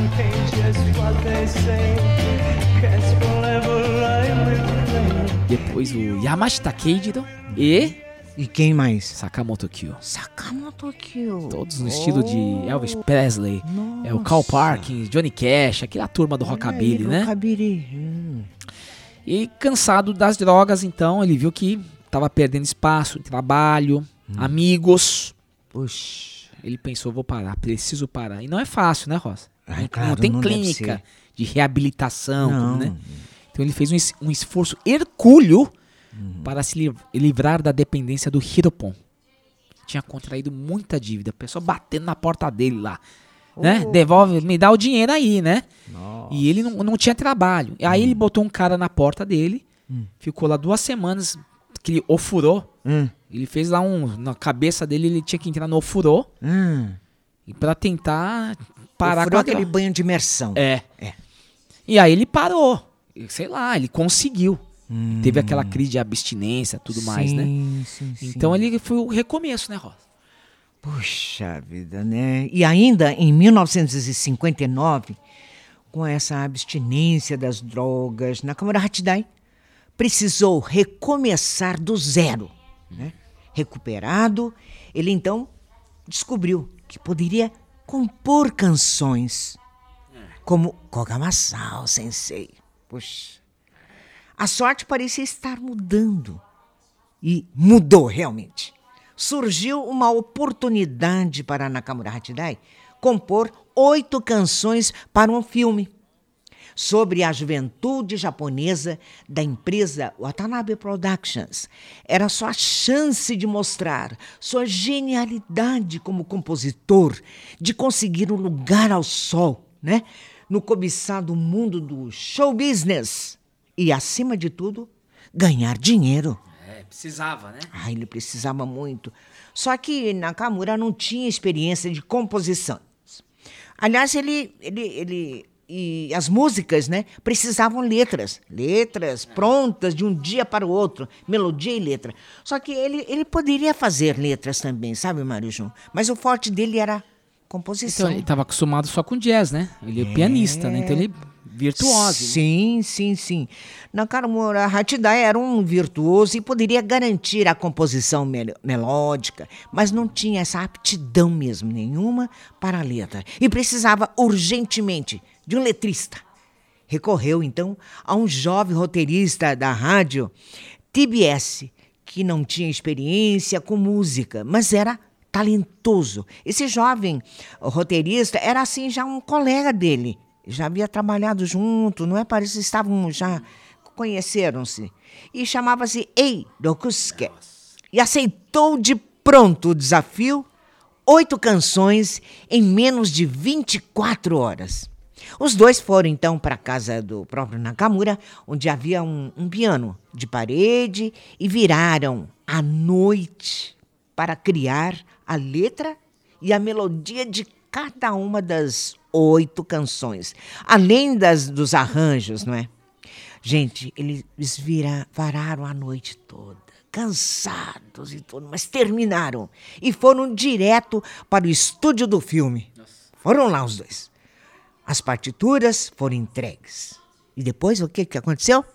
Depois o Yamashita Keijiro e E quem mais? Sakamoto Kyo. Sakamoto Kyo. Todos no estilo de Elvis Presley, Nossa. é o Carl Parkins, Johnny Cash, aquela turma do rockabilly, né? Rockabilly. Hum. E cansado das drogas, então, ele viu que tava perdendo espaço, trabalho, amigos. Puxa. ele pensou, vou parar, preciso parar. E não é fácil, né, Rosa? Ai, não, claro, não tem não deve clínica ser. de reabilitação, Não. né? Então ele fez um, es- um esforço hercúleo Hum. para se liv- livrar da dependência do Hiropon. Tinha contraído muita dívida. A pessoa batendo na porta dele lá. Né? Devolve, me dá o dinheiro aí, né? E ele não, não tinha trabalho. Aí Hum. ele botou um cara na porta dele, ficou lá duas semanas, que ele ofurou. Hum. Ele fez lá um. Na cabeça dele, ele tinha que entrar no ofurô. Hum. E pra tentar parar Furou com a aquele droga. banho de imersão. É. É. E aí ele parou. E, sei lá, ele conseguiu. Hum. Teve aquela crise de abstinência tudo mais, né? Sim, sim, sim. Então ele foi o recomeço, né, Rosa? Puxa vida, né? E ainda em mil novecentos e cinquenta e nove, com essa abstinência das drogas, Nakamura Hatidai precisou recomeçar do zero, né? Recuperado, ele então descobriu que poderia compor canções, como Kogamasao Sensei. Puxa, a sorte parecia estar mudando. E mudou realmente. Surgiu uma oportunidade para Nakamura Hatidai compor oito canções para um filme sobre a juventude japonesa da empresa Watanabe Productions. Era sua chance de mostrar sua genialidade como compositor, de conseguir um lugar ao sol, né? No cobiçado mundo do show business. E, acima de tudo, ganhar dinheiro. É, precisava, né? Ah, ele precisava muito. Só que Nakamura não tinha experiência de composição. Aliás, ele, ele, ele e as músicas, né, precisavam letras, letras prontas de um dia para o outro, melodia e letra. Só que ele, ele poderia fazer letras também, sabe, Mário Jun? Mas o forte dele era composição. Então ele estava acostumado só com jazz, né? Ele é, pianista, né? Então ele virtuoso. Sim, sim, sim. Nakamura Hatidai era um virtuoso e poderia garantir a composição mel- melódica, mas não tinha essa aptidão mesmo nenhuma para a letra. E precisava urgentemente de um letrista. Recorreu, então, a um jovem roteirista da rádio T B S, que não tinha experiência com música, mas era talentoso. Esse jovem roteirista era, assim, já um colega dele. Já havia trabalhado junto, não é? Parece que estavam já... conheceram-se. E chamava-se Ei Rokusuke. E aceitou de pronto o desafio. Oito canções em menos de vinte e quatro horas. Os dois foram, então, para a casa do próprio Nakamura, onde havia um, um piano de parede, e viraram à noite para criar a letra e a melodia de cada uma das oito canções, além das, dos arranjos, não é? Gente, eles vira, vararam a noite toda, cansados e tudo, mas terminaram e foram direto para o estúdio do filme. Foram lá os dois. As partituras foram entregues. E depois o que, que aconteceu?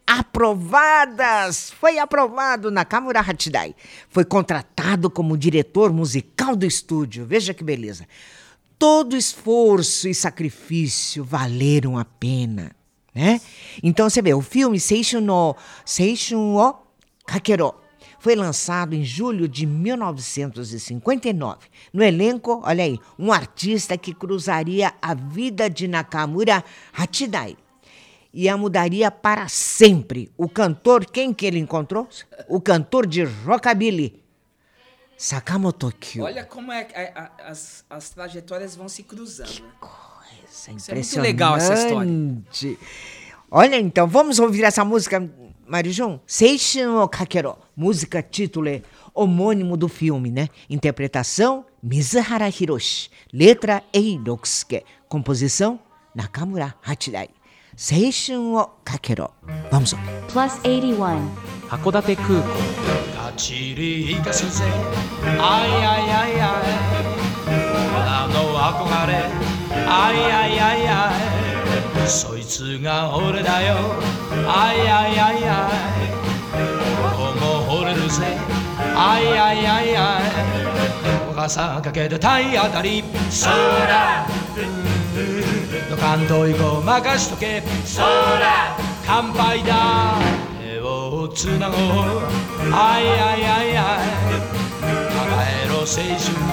Aprovadas! Foi aprovado Nakamura Hatidai. Foi contratado como diretor musical do estúdio. Veja que beleza. Todo esforço e sacrifício valeram a pena, né? Então você vê, o filme Seishun no Seishun o Kakero foi lançado em julho de mil novecentos e cinquenta e nove. No elenco, olha aí, um artista que cruzaria a vida de Nakamura Hatidai e a mudaria para sempre. O cantor, quem que ele encontrou? O cantor de rockabilly, Sakamoto Kyo. Olha como é que a- a- as, as trajetórias vão se cruzando. Né? Coisa Isso é muito legal, essa história. impressionante. Olha, então, vamos ouvir essa música, Marijun? Seishun o Kakero, música título é homônimo do filme, né? Interpretação, Mizuhara Hiroshi. Letra, Ei Rokusuke. Composição, Nakamura Hatidai. Seishun o Kakero. Vamos ouvir. Plus eighty-one. 函館空港。 立ち入り出すぜあいあいあいあい女の憧れあいあいあいあいそいつが俺だよあいあいあいあいここも惚れるぜあいあいあいあい傘かけて体当たり空ドカンと行こう任しとけ空乾杯だ手をつなごうあいあいあいあい甘えろ青春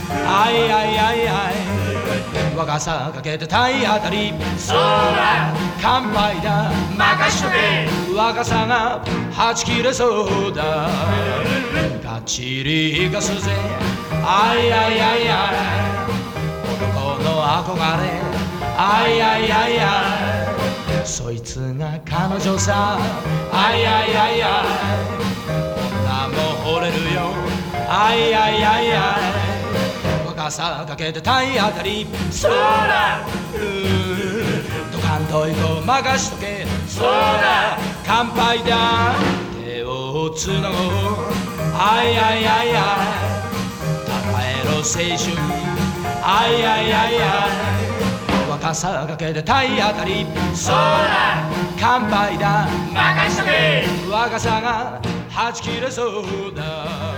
あいあいあいあい若さかけて体当たりそら乾杯だ任しとけ若さがはち切れそうだがっちり生かすぜあいあいあいあい男の憧れあいあいあいあいそいつが彼女さあいあいあいあい女も惚れるよあいあいあいあい若さかけて体当たりそらドカンといこ任しとけそら乾杯だ手をつなごうあいあいあいあい高えろ青春あいあいあいあい若さかけて体当たりそら乾杯だ任しとけ若さがはち切れそうだ。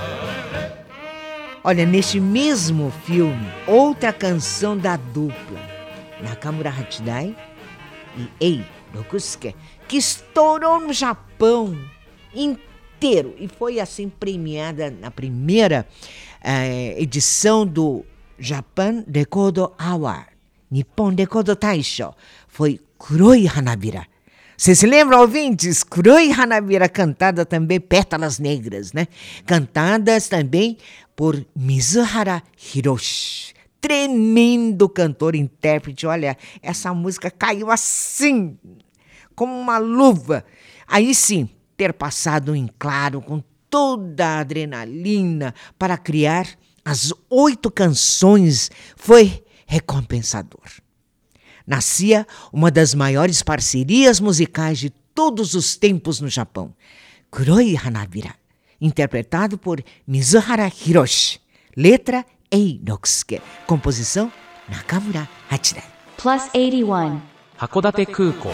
Olha, neste mesmo filme, outra canção da dupla, Nakamura Hachidai e Ei Rokusuke, que estourou no Japão inteiro e foi assim premiada na primeira eh, edição do Japan Record Award, Nippon Record Taisho, foi Kuroi Hanabira. Vocês se lembram, ouvintes? Kuroi Hanabira, cantada também, Pétalas Negras, né? Cantadas também por Mizuhara Hiroshi. Tremendo cantor, intérprete. Olha, essa música caiu assim, como uma luva. Aí sim, ter passado em claro com toda a adrenalina para criar as oito canções foi recompensador. Nascia uma das maiores parcerias musicais de todos os tempos no Japão, Kuroi Hanabira, interpretado por Mizuhara Hiroshi, letra Ei Rokusuke, composição Nakamura Hachidai. Plus eighty-one. 函館空港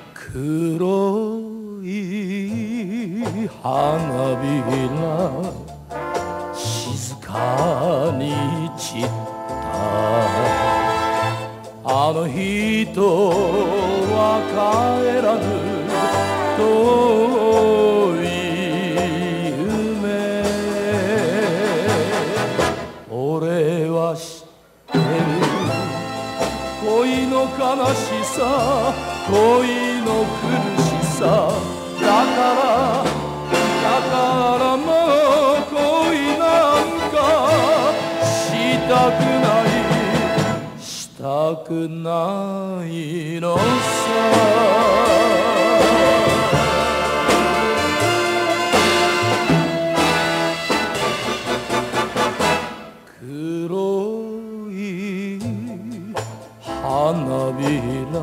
黒い花びら静かに散ったあの人は帰らぬ遠い夢俺は知ってる恋の悲しさ恋の苦しさだからだからもう恋なんかしたくないしたくないのさ黒い花びら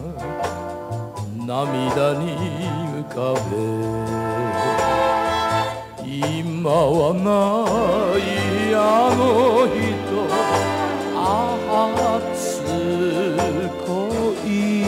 涙に浮かべ今はないあの人初恋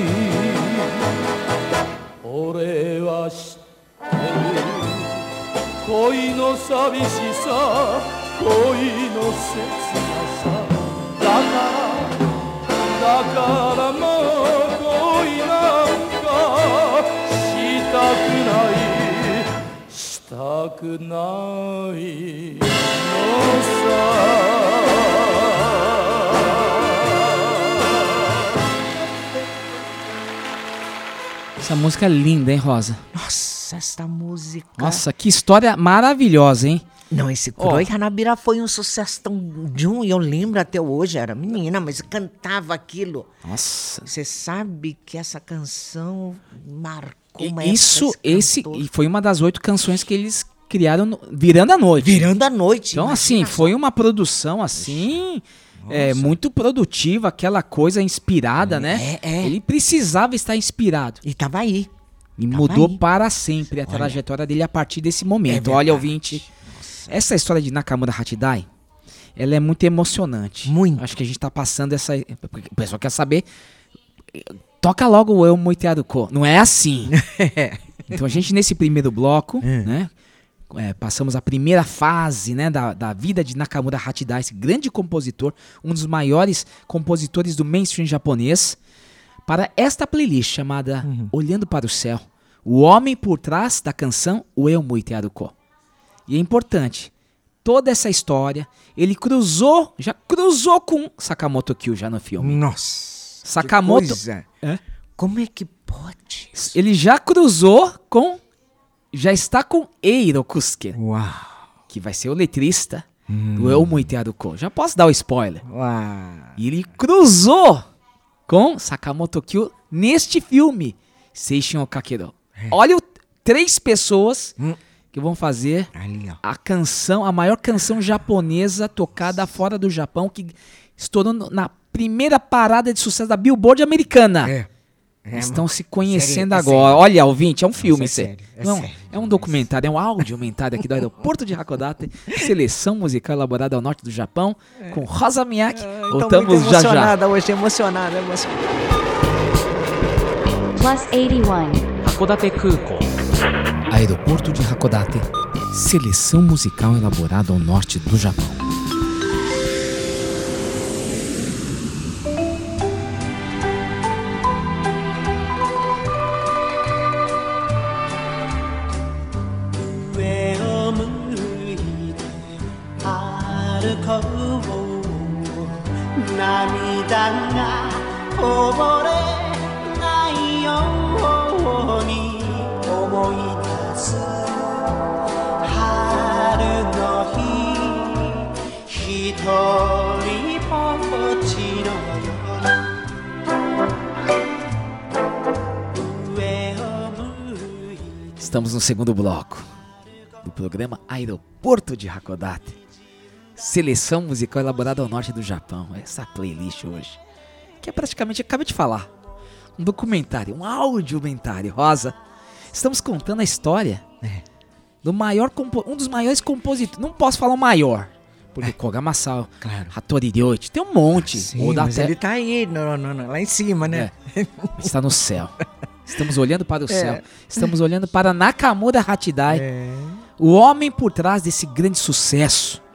俺は知ってる恋の寂しさ恋の切なさだからだからもう恋なんかしたくないしたくないのさ Essa música é linda, hein, Rosa? Nossa, essa música... Nossa, que história maravilhosa, hein? Não, esse Kuroi oh. Hanabira foi um sucesso tão de um, e eu lembro até hoje, era menina, mas cantava aquilo. Nossa. Você sabe que essa canção marcou uma Isso, esse, e foi uma das oito canções que eles criaram no, virando a noite. Virando a noite. Então, assim, foi só. Uma produção, assim... É, muito produtiva, aquela coisa inspirada, é, né? É, é. Ele precisava estar inspirado. E estava aí. E tava mudou aí. para sempre a Olha. trajetória dele a partir desse momento. É Olha, ouvinte, Nossa. Essa história de Nakamura Hachidai, ela é muito emocionante. Muito. Acho que a gente está passando essa... O pessoal quer saber... Toca logo o Eu Moitearuko. Não é assim. Então a gente, nesse primeiro bloco, é. né? É, passamos a primeira fase, né, da, da vida de Nakamura Hachidai, esse grande compositor, um dos maiores compositores do mainstream japonês, para esta playlist chamada uhum. Olhando para o Céu, o homem por trás da canção O Eu Moitearuko. E é importante, toda essa história. Ele cruzou, já cruzou com Sakamoto Kyo já no filme. Nossa. Sakamoto. Que coisa. É? Como é que pode? Ele já cruzou com. Já está com Eiro Kusuke, Uau. que vai ser o letrista do Eu Muite Haruko. Já posso dar o spoiler. Uau. E ele cruzou com Sakamoto Kyo neste filme, Seishin o Kakero. Olha, o, três pessoas Hum. que vão fazer Ali, ó. a canção, a maior canção japonesa tocada fora do Japão, que estourou no- na primeira parada de sucesso da Billboard americana. É. É, Estão mano. se conhecendo Sério, é agora. sério. Olha, ouvinte, é um filme. é isso é. sério, é Não, sério. é um documentário, é um áudio-mentário aqui do aeroporto de Hakodate, seleção musical elaborada ao norte do Japão, com Rosa Miyake. Então, Voltamos muito já já. emocionada hoje, emocionada, emocionada. Plus eighty-one. Hakodate Kukou. Aeroporto de Hakodate, seleção musical elaborada ao norte do Japão. Estamos no segundo bloco do programa Aeroporto de Hakodate, seleção musical elaborada ao norte do Japão. Essa playlist hoje, que é praticamente, eu acabei de falar, um documentário, um áudio-mentário. Rosa, estamos contando a história do maior, compo- um dos maiores compositores. Não posso falar o maior, porque Koga Masao, Claro. Hattori Ryoichi, tem um monte. Sim, Oda mas até- ele tá aí, no, no, no, lá em cima, né? É, está no céu. Estamos olhando para o céu. Estamos olhando para Nakamura Hatidai, o homem por trás desse grande sucesso.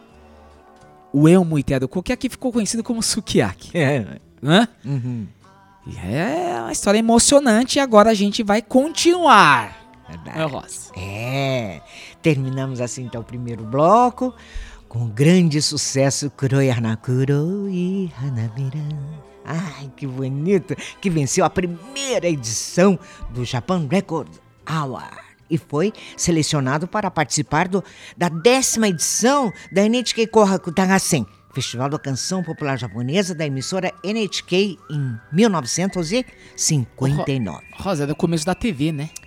O Eu Muite Haruko, que aqui ficou conhecido como Sukiyaki. É. Hã? Uhum. E é uma história emocionante e agora a gente vai continuar. Verdade. É, Rosa. É, terminamos assim então o primeiro bloco com o grande sucesso Kuroyanakuro e Hanabira. Ai, que bonito, que venceu a primeira edição do Japan Record Award e foi selecionado para participar do, da décima edição da N H K Kohaku Tagasen, Festival da Canção Popular Japonesa da emissora N H K em mil novecentos e cinquenta e nove. Rosa, é do começo da T V, né?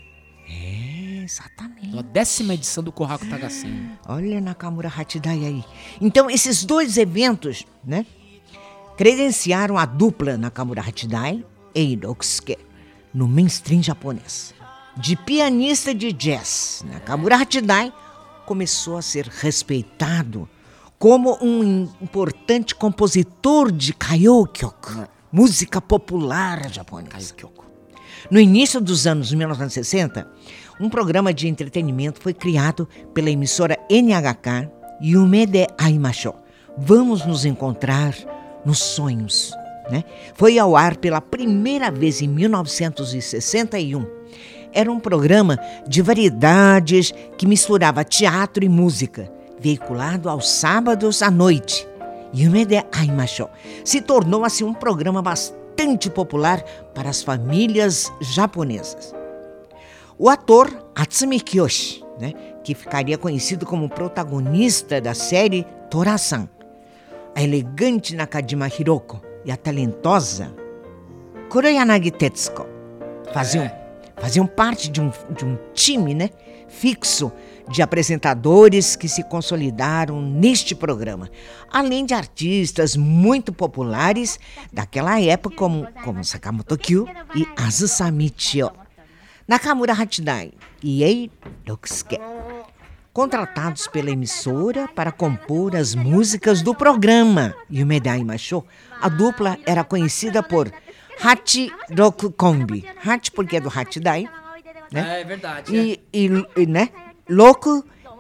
É, exatamente. A décima edição do Kohaku Tagasen. Olha Nakamura Hatidai aí. Então, esses dois eventos, né, credenciaram a dupla Nakamura Hatidai e Hirokusuke no mainstream japonês. De pianista de jazz, Nakamura Hatidai começou a ser respeitado como um importante compositor de kaiokyoku, música popular japonesa. No início dos anos mil novecentos e sessenta, um programa de entretenimento foi criado pela emissora N H K Yume de Aimashou. Vamos nos encontrar nos sonhos, né? Foi ao ar pela primeira vez em mil novecentos e sessenta e um. Era um programa de variedades que misturava teatro e música, veiculado aos sábados à noite. Yume de Aimashou se tornou assim um programa bastante popular para as famílias japonesas. O ator Atsumi Kiyoshi, né, que ficaria conhecido como protagonista da série Tora-san, a elegante Nakajima Hiroko e a talentosa Kuroyanagi Tetsuko faziam, faziam parte de um, de um time, né, fixo de apresentadores que se consolidaram neste programa, além de artistas muito populares daquela época como, como Sakamoto Kyo e Azusa Michio. Nakamura Hatidai e Ei Hirokusuke, contratados pela emissora para compor as músicas do programa Yume de Aimashou, a dupla era conhecida por Hachi Roku Kombi. Hachi porque é do Hatidai, né? É verdade. E, e, e, né? Roku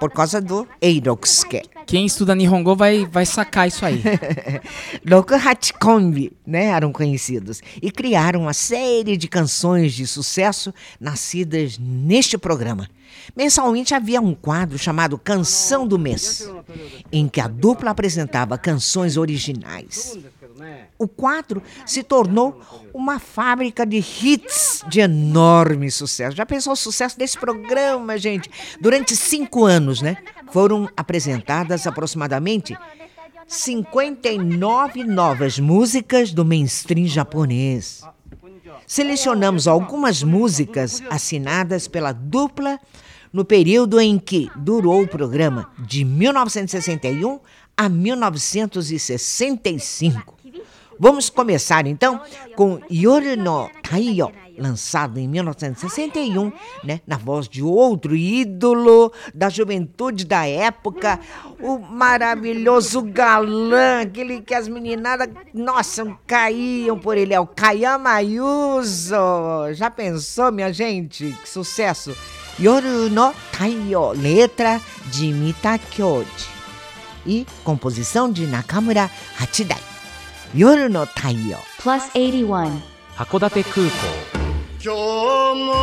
por causa do Eirokusuke. Quem estuda Nihongo vai, vai sacar isso aí. Rokuhachi Kombi, né, eram conhecidos e criaram uma série de canções de sucesso nascidas neste programa. Mensalmente havia um quadro chamado Canção do Mês, em que a dupla apresentava canções originais. O quadro se tornou uma fábrica de hits de enorme sucesso. Já pensou o sucesso desse programa, gente? Durante cinco anos, né? Foram apresentadas aproximadamente cinquenta e nove novas músicas do mainstream japonês. Selecionamos algumas músicas assinadas pela dupla no período em que durou o programa, de mil novecentos e sessenta e um a mil novecentos e sessenta e cinco. Vamos começar, então, com Yoru no Taiyo, lançado em mil novecentos e sessenta e um, né, na voz de outro ídolo da juventude da época, o maravilhoso galã, aquele que as meninadas, nossa, caíam por ele, é o Kayama Yuzo. Já pensou, minha gente? Que sucesso! Yoru no Taiyo, letra de Mita Kyoji e composição de Nakamura Hachidai. Yoru no Taiyo. Plus eighty-one. 函館空港。 今日も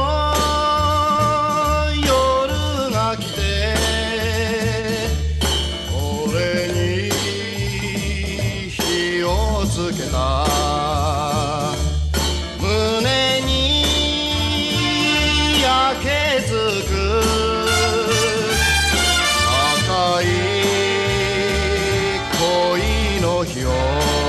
夜が来て俺に火をつけた胸に焼けつく赤い恋の火を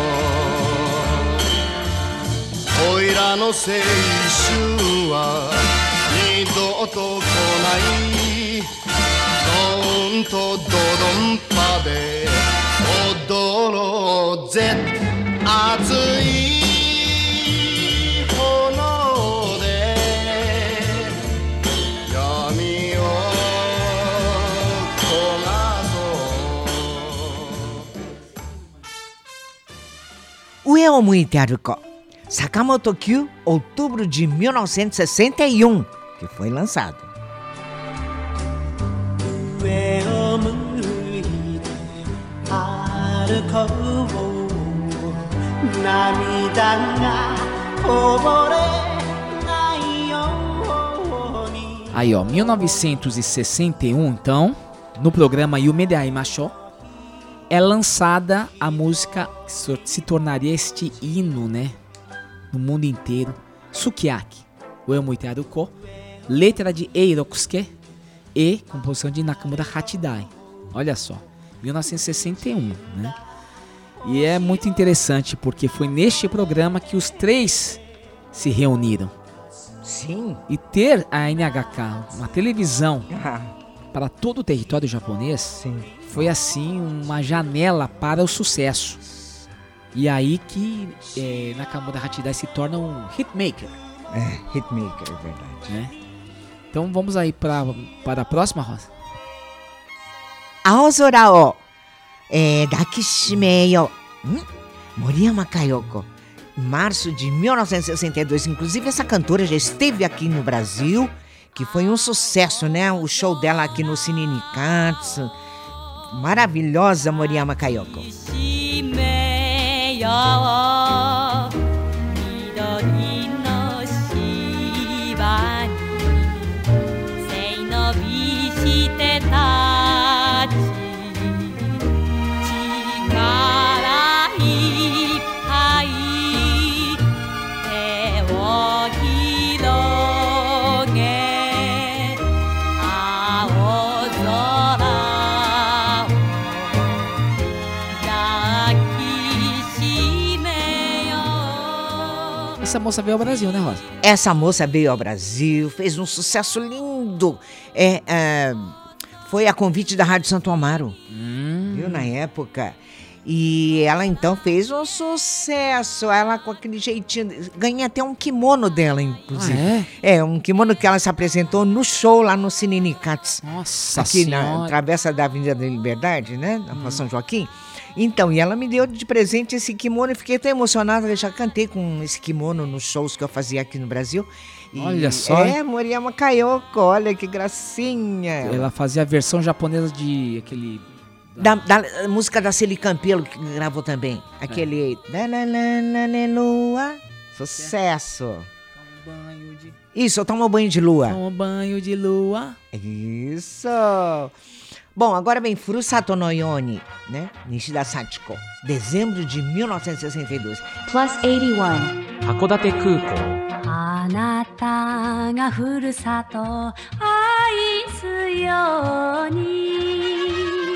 おいらの青春は二度と来ないドンとドドンパで踊ろうぜ熱い炎で闇を焦がそう上を向いて歩こう。Sakamoto Kyu, outubro de mil novecentos e sessenta e um, que foi lançado. 上を向いて歩こう涙がこぼれないように Aí, ó, mil novecentos e sessenta e um, então, no programa Yume de Aimasho, é lançada a música que se tornaria este hino, né? No mundo inteiro, Sukiyaki, o Eumuite Aruko, letra de Eirokusuke e composição de Nakamura Hachidai. Olha só, mil novecentos e sessenta e um, né? E é muito interessante porque foi neste programa que os três se reuniram. Sim. E ter a N H K, uma televisão Ah, para todo o território japonês, sim. foi assim uma janela para o sucesso. E aí que é, Nakamura Hachidai se torna um hitmaker, É, hitmaker, é verdade. né? Então vamos aí pra, para a próxima, Rosa. Aozora o é, Dakishimeyo. Hum? Moriyama Kayoko. Em março de mil novecentos e sessenta e dois. Inclusive, essa cantora já esteve aqui no Brasil, que foi um sucesso, né? O show dela aqui no Cine Nikatsu. Maravilhosa Moriyama Kayoko. よ緑の芝に背伸びしてたち力いっぱい手を広げ青空を抱き Essa moça veio ao Brasil, né, Rosa? Essa moça veio ao Brasil, fez um sucesso lindo. É, é, foi a convite da Rádio Santo Amaro, Hum. viu, na época. E ela então fez um sucesso. Ela com aquele jeitinho. Ganhei até um kimono dela, inclusive. Ah, é? um kimono que ela se apresentou no show lá no Cine Nikatsu. Nossa Aqui na Senhora. travessa da Avenida da Liberdade, né? Na Rua São Joaquim. Então, e ela me deu de presente esse kimono e fiquei tão emocionada. Eu já cantei com esse kimono nos shows que eu fazia aqui no Brasil. E, Olha só, É, hein? Moriyama Kayoko, olha que gracinha. Ela fazia a versão japonesa de aquele... Da, da música da Celi Campelo, que gravou também. Aquele... Lua. Sucesso. Toma um banho de... Isso, toma um banho de lua. Toma um banho de lua. Isso. Bom, agora vem Furusato no Yoni, né? Nishida Sachiko. Dezembro de mil novecentos e sessenta e dois. Plus eighty one. 函館空港あなたがふるさと愛すように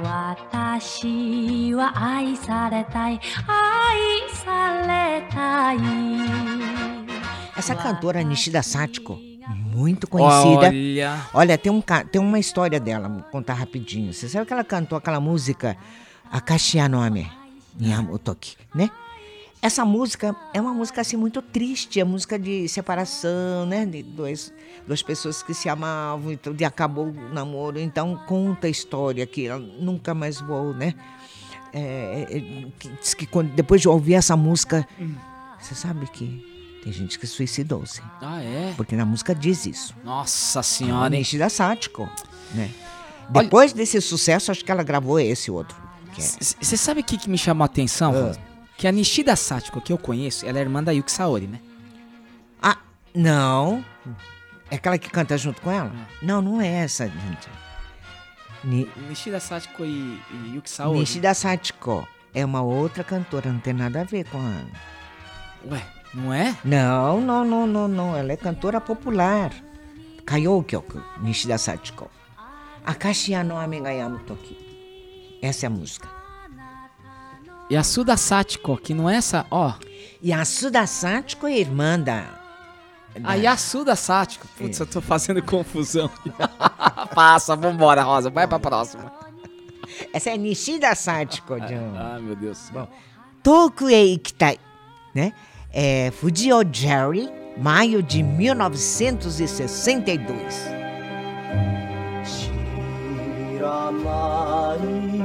私は愛されたい愛されたい Essa cantora Nishida Sachiko, muito conhecida. Olha. Olha, tem, um, ca- tem uma história dela, vou contar rapidinho. Você sabe que ela cantou aquela música Akashiya no Ame, Nyamotoki, né? Essa música é uma música assim muito triste, é música de separação, né? De dois, duas pessoas que se amavam, então de acabou o namoro. Então conta a história que ela nunca mais voou, né? É, é, que- diz que quando, depois de ouvir essa música, você sabe que tem gente que suicidou-se, Ah, é? porque na música diz isso. Nossa A senhora, hein? Nishida Sachiko, né? Olha- Depois desse sucesso, acho que ela gravou esse outro. que é- Você sabe o que, que me chamou a atenção, Ah. Rosa? Que a Nishida Sachiko, que eu conheço, ela é irmã da Yuki Saori, né? Ah, não. É aquela que canta junto com ela? Não, não é essa, gente. Ni- Nishida Sachiko e, e Yuki Saori. Nishida Sachiko é uma outra cantora, não tem nada a ver com a... Ué, não é? Não, não, não, não, não. Ela é cantora popular. Kayokyoku, Nishida Sachiko. Akashiya no Ame ga Yamu Toki. Essa é a música. E a Suda Sachiko, que não é essa, ó. E a Suda Sachiko é irmã da... da- A Yasuda Sachiko. Putz, eu tô fazendo confusão. Passa, vambora, Rosa, vai pra próxima. Essa é Nishida Sachiko, John. Ah, meu Deus. Bom, Toku e Ikitai, né? É Fujio Jerry, maio de mil novecentos e sessenta e dois. 知らない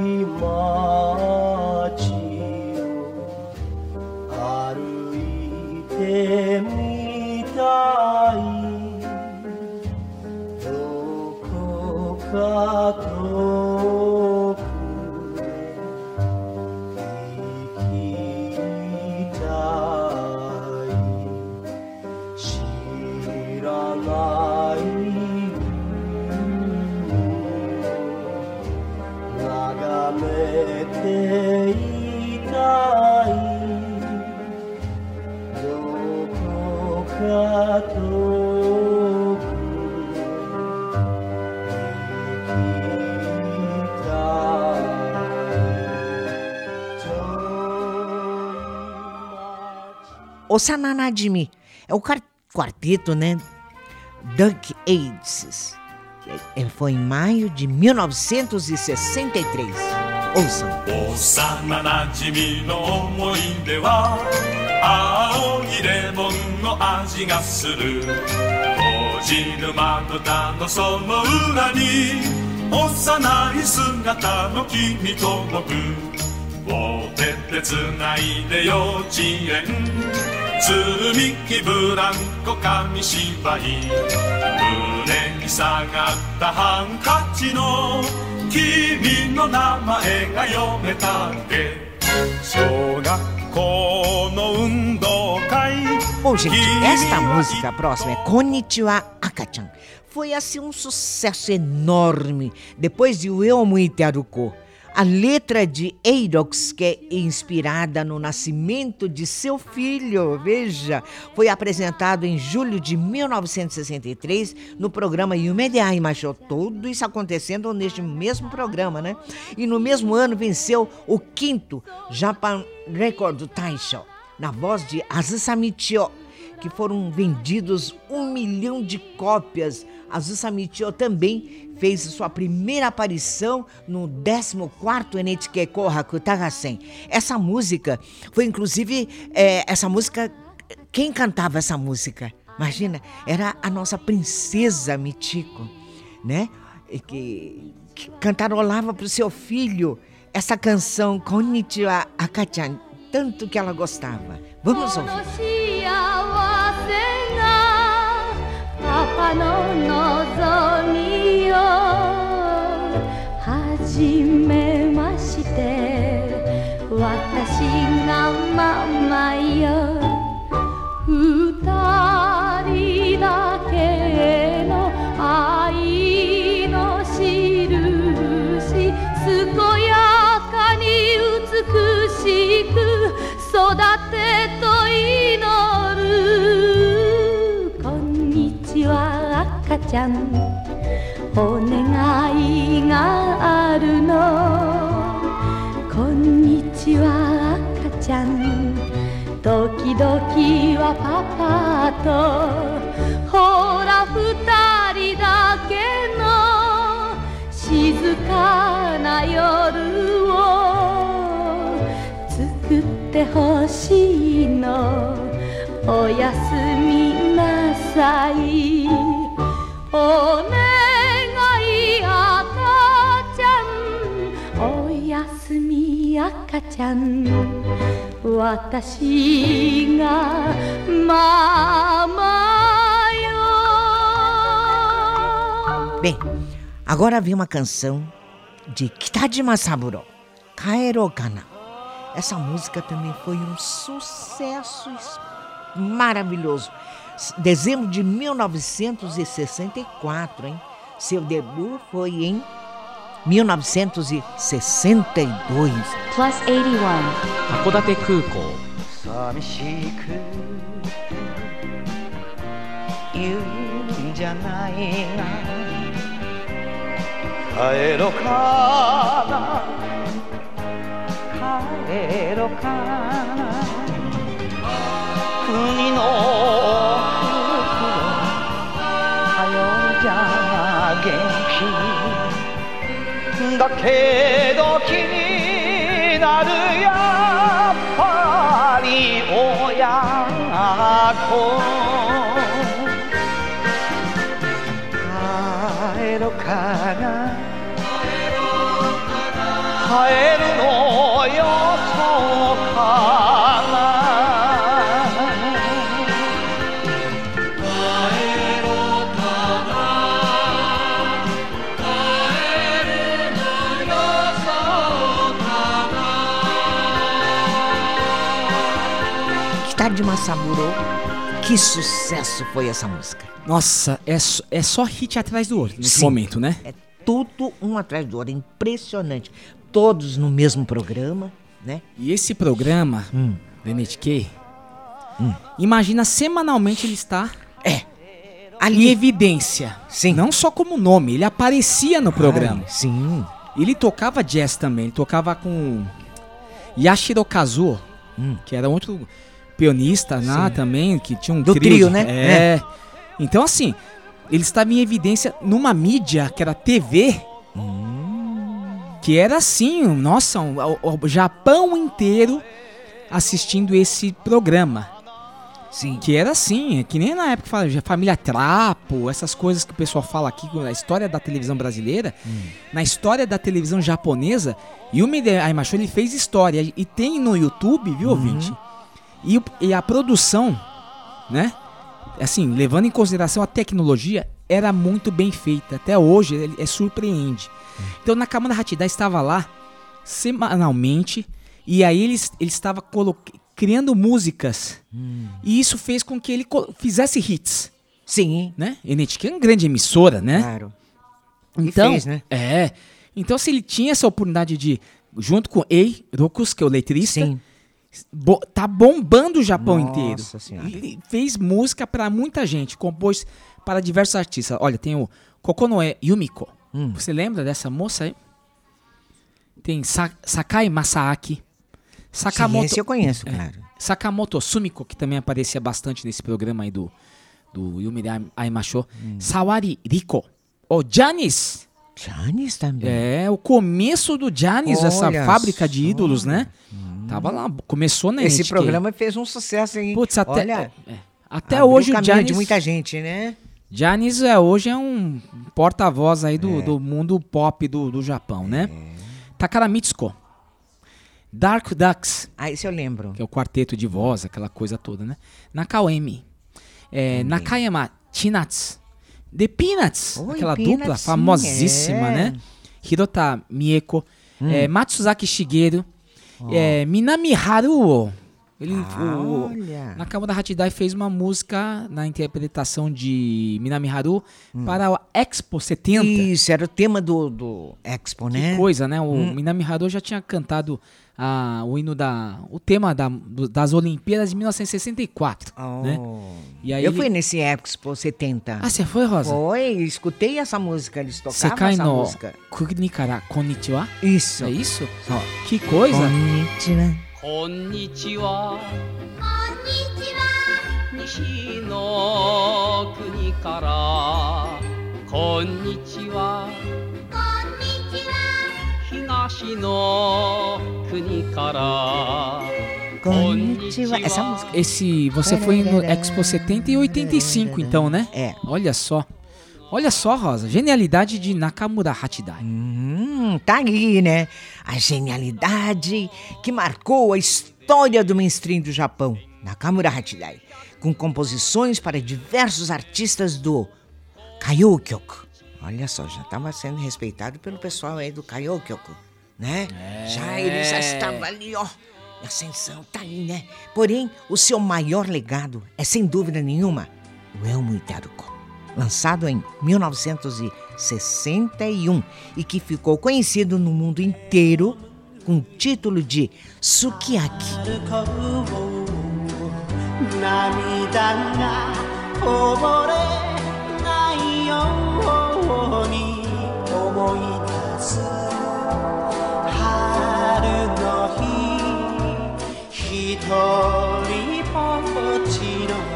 街を歩いてみたいどこか遠く行きたい知らない眺めていたいどこか遠く行きたい遠い街 Osana Najimi. É o quar- quarteto, né? Duck Aces. É- é- Foi em maio de mil novecentos e sessenta e três. Ouçam. 幼なじみの思い出は青いレモンの味がする閉じるまぶたのその裏に幼い姿の君と僕を手でつないで幼稚園積み木ブランコ紙芝居胸に下がったハンカチの君の名前が読めたっけ小学校の運動会 Bom, gente, esta música próxima é Konnichiwa Akachan. Foi assim um sucesso enorme depois de Ueomu Itaruko. A letra de Eirosuke é inspirada no nascimento de seu filho, veja, foi apresentado em julho de mil novecentos e sessenta e três no programa Yume de Aimashou. Tudo isso acontecendo neste mesmo programa, né? E no mesmo ano venceu o quinto Japan Record Taisho, na voz de Azusa Michio, que foram vendidos um milhão de cópias. Azusa Michio também fez sua primeira aparição no décimo quarto N H K Kohaku Tagasen. Essa música foi, inclusive, é, essa música, quem cantava essa música? Imagina, era a nossa princesa Michiko, né? E Que, que cantarolava para o seu filho essa canção Konnichiwa Akachan, tanto que ela gostava. Vamos ouvir. この幸せがあの望みをはじめまして私がママよ二人だけの愛の印健やかに美しく育てと祈るこんにちは赤ちゃんお願いがあるのこんにちは赤ちゃん時々はパパとほら二人だけの静かな夜を作ってほしいのおやすみなさいお願い赤ちゃんおやすみ赤ちゃん私がママよ Bem, agora vem uma canção de Kitajima Saburo, Kaero Kana. Essa música também foi um sucesso maravilhoso. Dezembro de mil novecentos e sessenta e quatro, hein? Seu debut foi em mil novecentos e sessenta e dois. Plus eighty one 函館空港寂しく言うんじゃないが帰ろかな帰ろかな国のはよじゃ元気だけど気になるやっぱり親子帰ろかな帰るのよそうかな Kitajima Saburo, que sucesso foi essa música. Nossa, é, só- é só hit atrás do outro nesse Sim. momento, né? É tudo um atrás do outro, impressionante. Todos no mesmo programa, né? E esse programa, Hum. do N H K, imagina semanalmente ele está em Ali, evidência. Sim. Não só como nome, ele aparecia no programa. Ai, sim. Ele tocava jazz também, ele tocava com Yashiro Kazuo, Hum. que era outro pianista lá também, que tinha um Do trio, trio, de- né? É. Então assim, ele estava em evidência numa mídia que era T V, que era assim, nossa, o, o- o Japão inteiro assistindo esse programa. Sim. Que era assim, é que nem na época que fala, já Família Trapo, essas coisas que o pessoal fala aqui, na história da televisão brasileira, na história da televisão japonesa, Yumi Aimasho, ele fez história, e tem no YouTube, viu, ouvinte? E, o- e a produção, né, assim, levando em consideração a tecnologia, era muito bem feita, até hoje, ele é, surpreende. Então, Nakamura Hachida estava lá, semanalmente, e aí ele, ele estava coloc- criando músicas, e isso fez com que ele co- fizesse hits, Sim, né? N H K é uma grande emissora, né? claro. E Então, fez, né? é. Então, se ele tinha essa oportunidade de, junto com Ei Rokus, que é o letrista, Sim. bo- tá bombando o Japão Nossa inteiro. Senhora. Ele fez música pra muita gente, compôs para diversos artistas. Olha, tem o Kokonoe Yumiko. Hum. Você lembra dessa moça aí? Tem Sa- Sakai Masaaki. Sim, Sakamoto, esse eu conheço, claro. Sakamoto Sumiko, que também aparecia bastante nesse programa aí do, do Yumi Aimasho. Hum. Sawari Riko. O Janis. Janis também. É, o começo do Janis, essa Olha fábrica de só. ídolos, né? Tava lá, começou na Esse N H K. programa fez um sucesso, hein? Putz, até, Olha, é, até abriu hoje o caminho Janis, de muita gente, né? Janis é, hoje é um porta-voz aí É. do, do mundo pop do, do Japão, né? Takara Mitsuko. Dark Ducks, Ah, esse eu lembro. que é o quarteto de voz, aquela coisa toda, né? Nakawemi. É, Nakayama Chinatsu. The Peanuts, Oi, aquela Peanuts, dupla sim, famosíssima, é. né? Hirota Mieko, Hum. é, Matsuzaki Shigeru, é, Minami Haruo. Ele, o, Olha. Nakamura Hatidai fez uma música na interpretação de Minami Haruo para o Expo setenta. Isso, era o tema do, do Expo, né? Que coisa, né? O Hum. Minami Haruo já tinha cantado ah, o hino da, o tema da, do- das Olimpíadas de mil novecentos e sessenta e quatro, né? E aí Eu ele- fui nesse Expo setenta. Ah, você foi, Rosa? Foi, escutei essa música, eles tocavam Sekai essa no música. Kunikara Konnichiwa? Isso. É isso? Que coisa! Konnichiwa. こんにちは西の国からこんにちは東の国から Konnichiwa. Essa música. Esse, você foi no Expo setenta e oitenta e cinco, então, né? É. Olha só. Olha só, Rosa. Genialidade de Nakamura Hatidai. Hum, tá aí, né? A genialidade que marcou a história do mainstream do Japão, Nakamura Hatidai, com composições para diversos artistas do Kaiokyoku. Olha só, já estava sendo respeitado pelo pessoal aí do Kaiokyoku, né? Já ele já estava ali, ó. A ascensão tá aí, né? Porém, o seu maior legado é, sem dúvida nenhuma, o Elmo Itaruko, lançado em mil novecentos e sessenta e um e que ficou conhecido no mundo inteiro com o título de Sukiyaki. 涙がこぼれないように思い出す春の日一人ぼっちの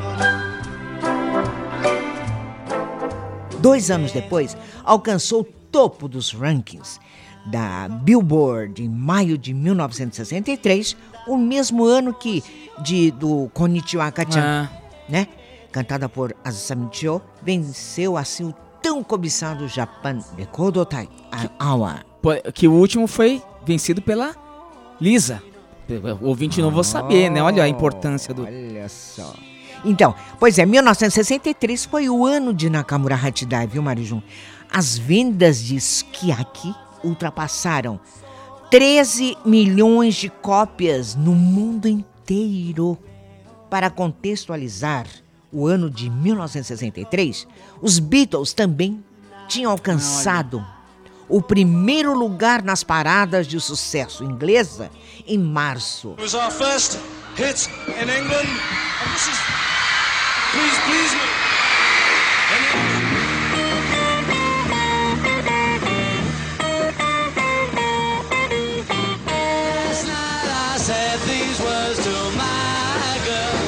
Dois anos depois, alcançou o topo dos rankings da Billboard em maio de mil novecentos e sessenta e três, o mesmo ano que de, do Konnichiwa Akachan, Ah. né? Cantada por Asami Chio, venceu assim o tão cobiçado Japan Record Award. Pô, Que o último foi vencido pela Lisa. O ouvinte não vou saber, né? Olha a importância do... Olha só. Então, pois é, mil novecentos e sessenta e três foi o ano de Nakamura Hatidai, viu, Marijum? As vendas de Sukiyaki ultrapassaram treze milhões de cópias no mundo inteiro. Para contextualizar o ano de mil novecentos e sessenta e três, os Beatles também tinham alcançado o primeiro lugar nas paradas de sucesso inglesa em março. It was our first hit in England, and this is Please Please Me. Last night I said these words to my girl.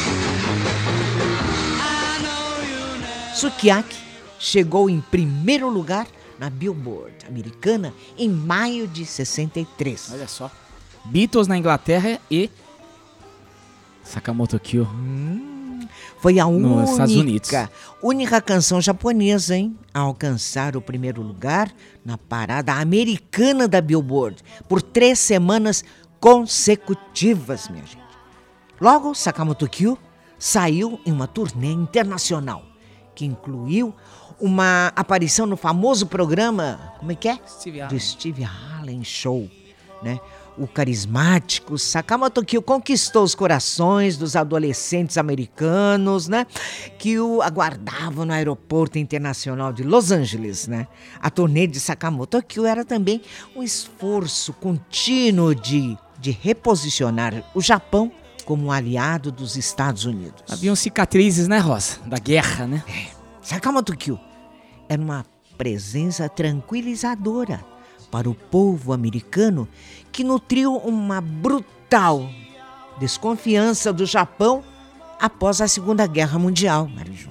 I know you never. Sukiyaki chegou em primeiro lugar na Billboard americana em maio de sessenta e três. Olha só. Beatles na Inglaterra e Sakamoto Kyo. Foi a Nos Estados Unidos. única, única canção japonesa, hein, a alcançar o primeiro lugar na parada americana da Billboard por três semanas consecutivas, minha gente. Logo, Sakamoto Kyo saiu em uma turnê internacional que incluiu uma aparição no famoso programa, como é que é? Steve Do Allen. Steve Allen Show, né? O carismático Sakamoto Kyo conquistou os corações dos adolescentes americanos, né? Que o aguardavam no aeroporto internacional de Los Angeles, né? A turnê de Sakamoto Kyo era também um esforço contínuo de, de reposicionar o Japão como um aliado dos Estados Unidos. Haviam cicatrizes, né, Rosa? Da guerra, né? Sakamoto Kyo era uma presença tranquilizadora para o povo americano que nutriu uma brutal desconfiança do Japão após a Segunda Guerra Mundial, Marijum.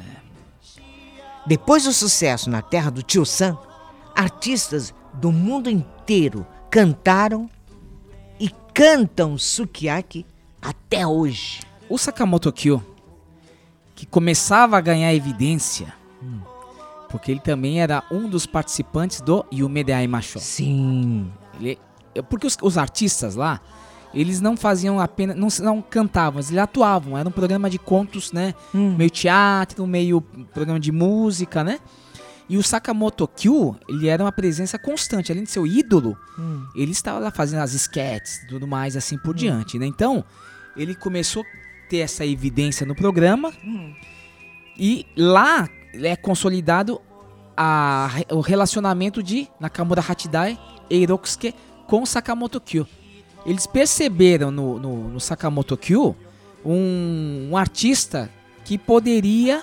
Depois do sucesso na terra do Tio Sam, artistas do mundo inteiro cantaram e cantam Sukiyaki até hoje. O Sakamoto Kyo, que começava a ganhar evidência, porque ele também era um dos participantes do Yume de Aimashou. Sim. Ele, porque os, os artistas lá, eles não faziam apenas, não, não cantavam, eles atuavam. Era um programa de contos, né? Hum. Meio teatro, meio programa de música, né? E o Sakamoto Kyo, ele era uma presença constante. Além de ser o ídolo, hum. ele estava lá fazendo as sketches e tudo mais, assim por hum. diante, né? Então, ele começou a ter essa evidência no programa. Hum. E lá é consolidado a, o relacionamento de Nakamura Hachidai e Hirokosuke com Sakamoto Kyo. Eles perceberam no, no, no Sakamoto Kyo um, um artista que poderia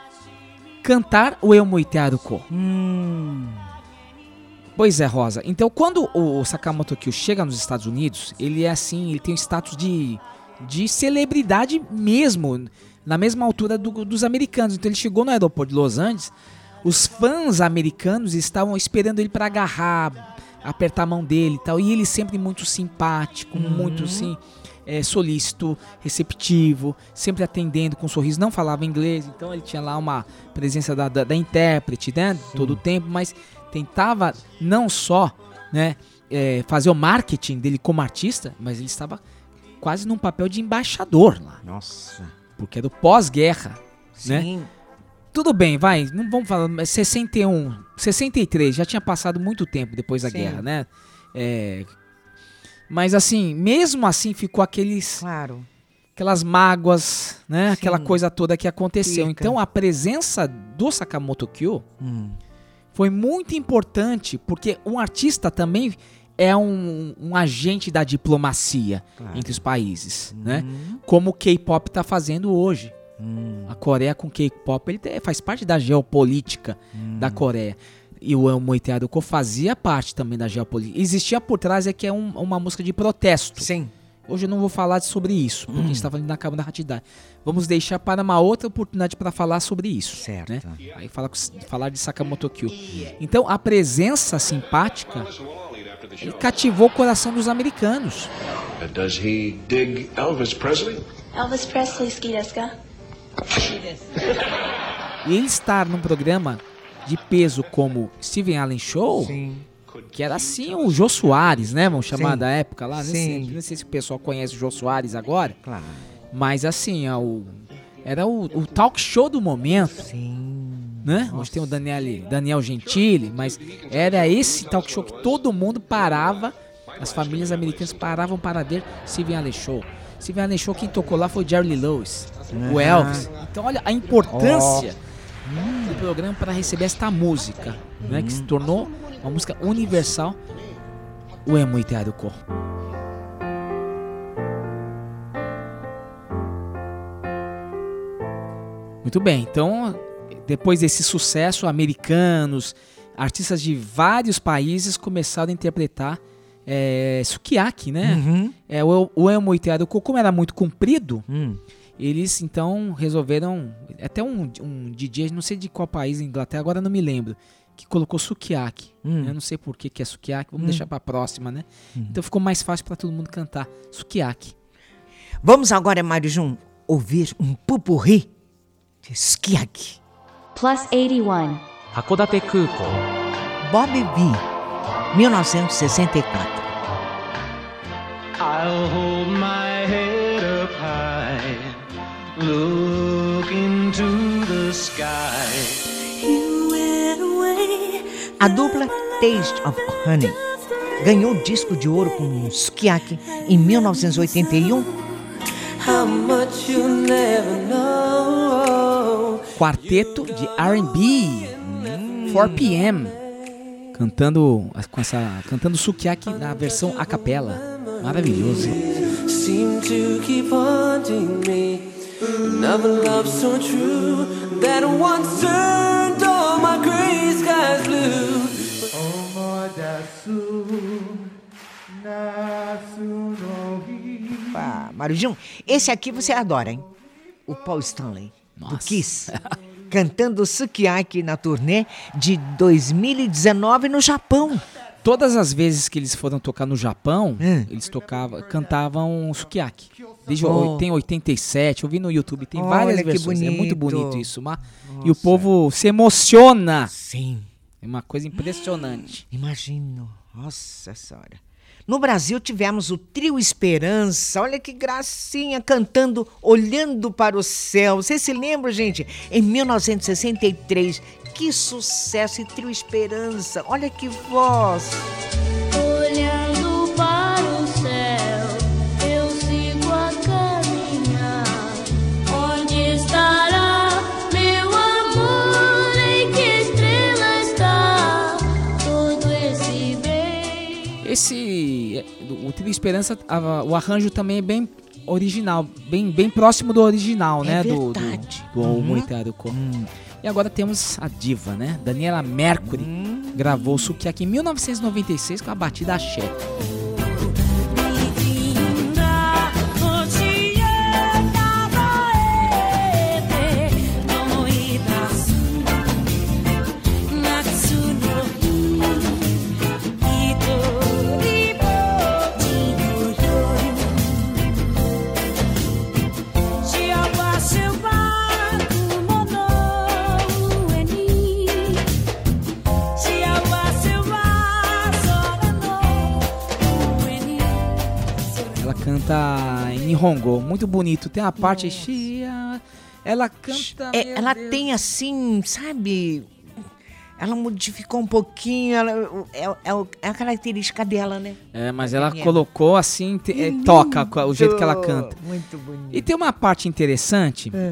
cantar o Eomoite Aruko. Hum. Pois é, Rosa. Então, quando o Sakamoto Kyo chega nos Estados Unidos, ele é assim, ele tem um status de, de celebridade mesmo, na mesma altura do, dos americanos. Então, ele chegou no aeroporto de Los Angeles, os fãs americanos estavam esperando ele para agarrar, apertar a mão dele e tal. E ele sempre muito simpático, uhum. muito assim, é, solícito, receptivo, sempre atendendo com um sorriso. Não falava inglês, então ele tinha lá uma presença da, da, da intérprete, né, todo o tempo, mas tentava não só, né, é, fazer o marketing dele como artista, mas ele estava quase num papel de embaixador lá. Nossa. Porque era o pós-guerra, Sim. né? Tudo bem, vai, não vamos falar, mas sessenta e um, sessenta e três, já tinha passado muito tempo depois da Sim. guerra, né? É, mas assim, mesmo assim ficou aqueles... Claro. Aquelas mágoas, né? Sim. Aquela coisa toda que aconteceu. Fica. Então a presença do Sakamoto Kyo hum. foi muito importante, porque um artista também é um, um agente da diplomacia claro. entre os países, hum. né? Como o K-pop está fazendo hoje. Hum. A Coreia com K-pop, ele faz parte da geopolítica hum. da Coreia. E o Eomoite Aruko fazia parte também da geopolítica. Existia por trás é que é um, uma música de protesto. Sim. Hoje eu não vou falar sobre isso, porque hum. a gente está falando na Nakamura Hachidai. Vamos deixar para uma outra oportunidade para falar sobre isso. Certo. Né? Aí fala, falar de Sakamoto Kyo. Então a presença simpática ele cativou o coração dos americanos. And does he dig Elvis Presley? Elvis Presley, ski desu ka? E ele estar num programa de peso como Steven Allen Show, Sim. que era assim o Jô Soares, né? Vamos chamar Sim. da época lá. Não sei, não sei se o pessoal conhece o Jô Soares agora. Claro. Mas assim, ó, o, era o, o talk show do momento. Sim. Né? Hoje tem o Daniel, Daniel Gentili, mas era esse talk show que todo mundo parava, as famílias americanas paravam para ver Steven Allen Show. Steven Allen Show, quem tocou lá foi Jerry Lee Lewis, uhum. o Elvis. Então olha a importância oh. do programa para receber esta música, uhum. né, que se tornou uma música universal, o Eomoite Aruko. Muito bem, então depois desse sucesso, americanos, artistas de vários países começaram a interpretar É, sukiyaki, né? Uhum. É, o, o Eomoite Aruko, como era muito comprido, hum. eles então resolveram, até um, um D J, não sei de qual país, Inglaterra, agora não me lembro, que colocou sukiyaki. Hum. Eu não sei por que, que é sukiyaki, vamos hum. deixar pra próxima, né? Hum. Então ficou mais fácil pra todo mundo cantar sukiyaki. Vamos agora, Mário Jun, ouvir um pupurri de sukiyaki. Plus oitenta e um. Hakodate Kuko. Bob V. mil novecentos e sessenta e quatro. I'll hold my head up high, look into the sky. A dupla Taste of Honey ganhou o disco de ouro com Sukiyaki em mil novecentos e oitenta e um. Quarteto de R and B, hum. quatro P M, cantando com essa, cantando Sukiyaki na versão a capela. Maravilhoso. Seem to keep haunting me. Another love so true that once turned all my gray skies blue. Ah, Mário Jun, esse aqui você adora, hein? O Paul Stanley, Nossa. do Kiss, cantando Sukiyaki na turnê de dois mil e dezenove no Japão. Todas as vezes que eles foram tocar no Japão, hum. eles tocavam, cantavam Sukiyaki. Desde oh. tem oitenta e sete, eu vi no YouTube, tem Olha, várias que versões. bonito. É muito bonito isso, mas... e o povo se emociona. Sim. É uma coisa impressionante. Imagino. Nossa senhora. No Brasil tivemos o Trio Esperança, olha que gracinha, cantando Olhando para o Céu. Vocês se lembram, gente? Em mil novecentos e sessenta e três, que sucesso, esse Trio Esperança, olha que voz. Olhando para o céu, eu sigo a caminhar. Onde estará meu amor? Em que estrela está todo esse bem? Esse, o Trio Esperança, a- o arranjo também é bem original, bem, bem próximo do original, É né? Do, do, verdade. do Uhum. Moitaro Co. E agora temos a diva, né? Daniela Mercury gravou Sukiyaki em mil novecentos e noventa e seis com a batida axé. Ela canta em Nihongo, muito bonito. Tem a parte Shia, ela canta. É, meu ela Deus. tem assim, sabe? Ela modificou um pouquinho, ela, é, é, é a característica dela, né? É, mas ela Daniela. colocou assim, te- é, Que toca lindo! o jeito que ela canta. Muito bonito. E tem uma parte interessante. É.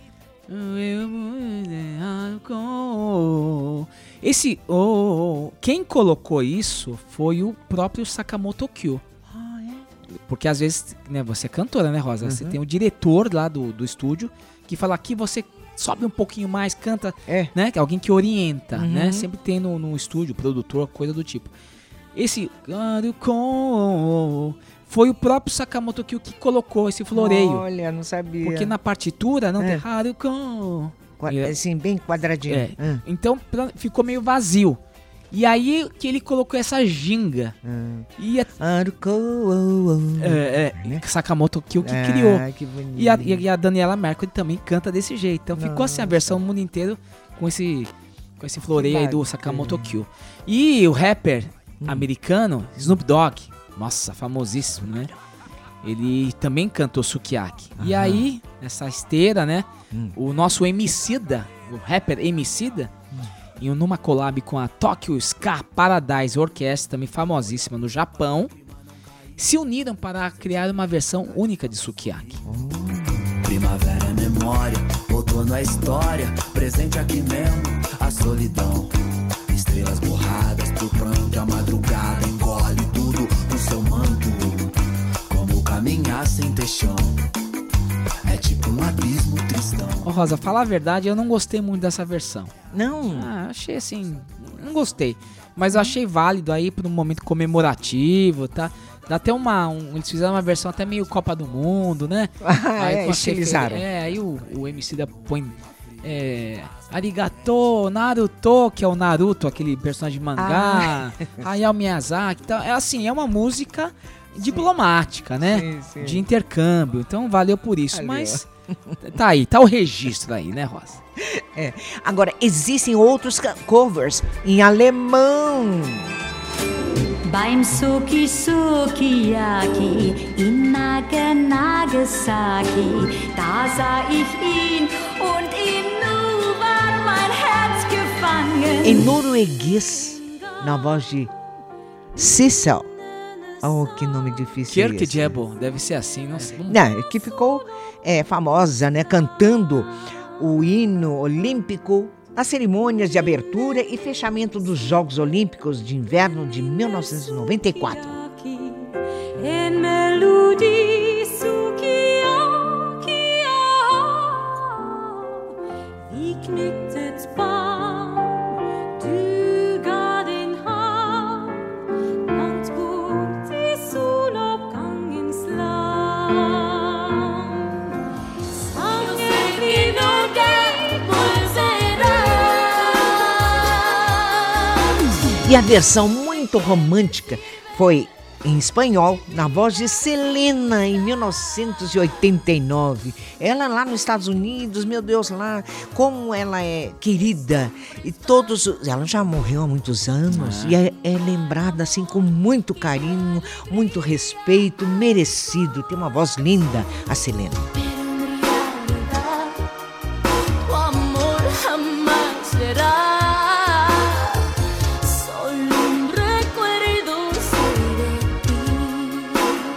Esse, oh, quem colocou isso foi o próprio Sakamoto Kyo. Porque às vezes, né, você é cantora, né, Rosa? Você Uhum. tem o diretor lá do, do estúdio que fala aqui você sobe um pouquinho mais, canta, É. né? Que é alguém que orienta, Uhum. né? Sempre tem no, no estúdio, produtor, coisa do tipo. Esse foi o próprio Sakamoto Kyo que colocou esse floreio. Olha, não sabia. Porque na partitura não É. tem Haruko. Qua- E- assim, bem quadradinho. É. Ah. Então pra- ficou meio vazio. E aí que ele colocou essa ginga. E a, Haruko, oh, oh. é, é, Sakamoto Kyo que Ah, criou. que bonito. E a, e a Daniela Mercury também canta desse jeito. Então ficou assim a versão no mundo inteiro com esse, com esse floreio aí do bacana. Sakamoto Kyo. E o rapper americano, Snoop Dogg, nossa, famosíssimo, né? Ele também cantou Sukiyaki. E Aham. aí, nessa esteira, né? Hum. O nosso Emicida, o rapper Emicida, em numa collab com a Tokyo Ska Paradise Orchestra, também famosíssima no Japão, se uniram para criar uma versão única de Sukiyaki. Primavera é memória, outono é história, presente aqui mesmo, a solidão. Estrelas borradas pro pranto, a madrugada engole tudo no seu manto. Como caminhar sem ter chão, é tipo um abismo tristão. Ô Rosa, falar a verdade, eu não gostei muito dessa versão. Não? Ah, achei assim, não gostei. Mas eu achei válido aí para um momento comemorativo, tá? Dá até uma, um, eles fizeram uma versão até meio Copa do Mundo, né? Ah, é, com as estilizaram. refer- É, aí o, o Emicida põe é, Arigato, Naruto, que é o Naruto, aquele personagem de mangá, Hayao Miyazaki, então, é assim, é uma música diplomática, né? Sim, sim. De intercâmbio, então valeu por isso, Valeu. mas tá aí, tá o registro aí, né, Rosa? É. Agora, existem outros ca- covers em alemão. Beim Suki Sukiyaki in Naga Nagasaki, da sah ich ihn und ihm nur war mein Herz gefangen. Em norueguês, na voz de Cecil. Oh, que nome difícil. Kirk esse. Jebel, deve ser assim, não sei. Não, que ficou é, famosa, né? Cantando o hino olímpico nas cerimônias de abertura e fechamento dos Jogos Olímpicos de Inverno de mil novecentos e noventa e quatro. En Melodie Sukiyaki, wie knyttet barn, du ga din hand, langt bort i soloppgangens land. Sangen blir någon E a versão muito romântica foi em espanhol, na voz de Selena, em mil novecentos e oitenta e nove. Ela lá nos Estados Unidos, meu Deus, lá, como ela é querida. E todos, ela já morreu há muitos anos Ah. e é, é lembrada assim com muito carinho, muito respeito, merecido. Tem uma voz linda, a Selena. Tu amor jamás será solo un recuerdo soy de ti.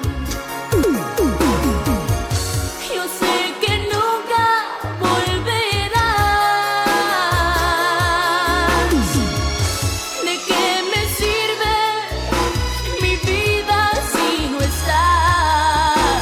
Yo sé que nunca volverás. ¿De qué me sirve mi vida si no estás?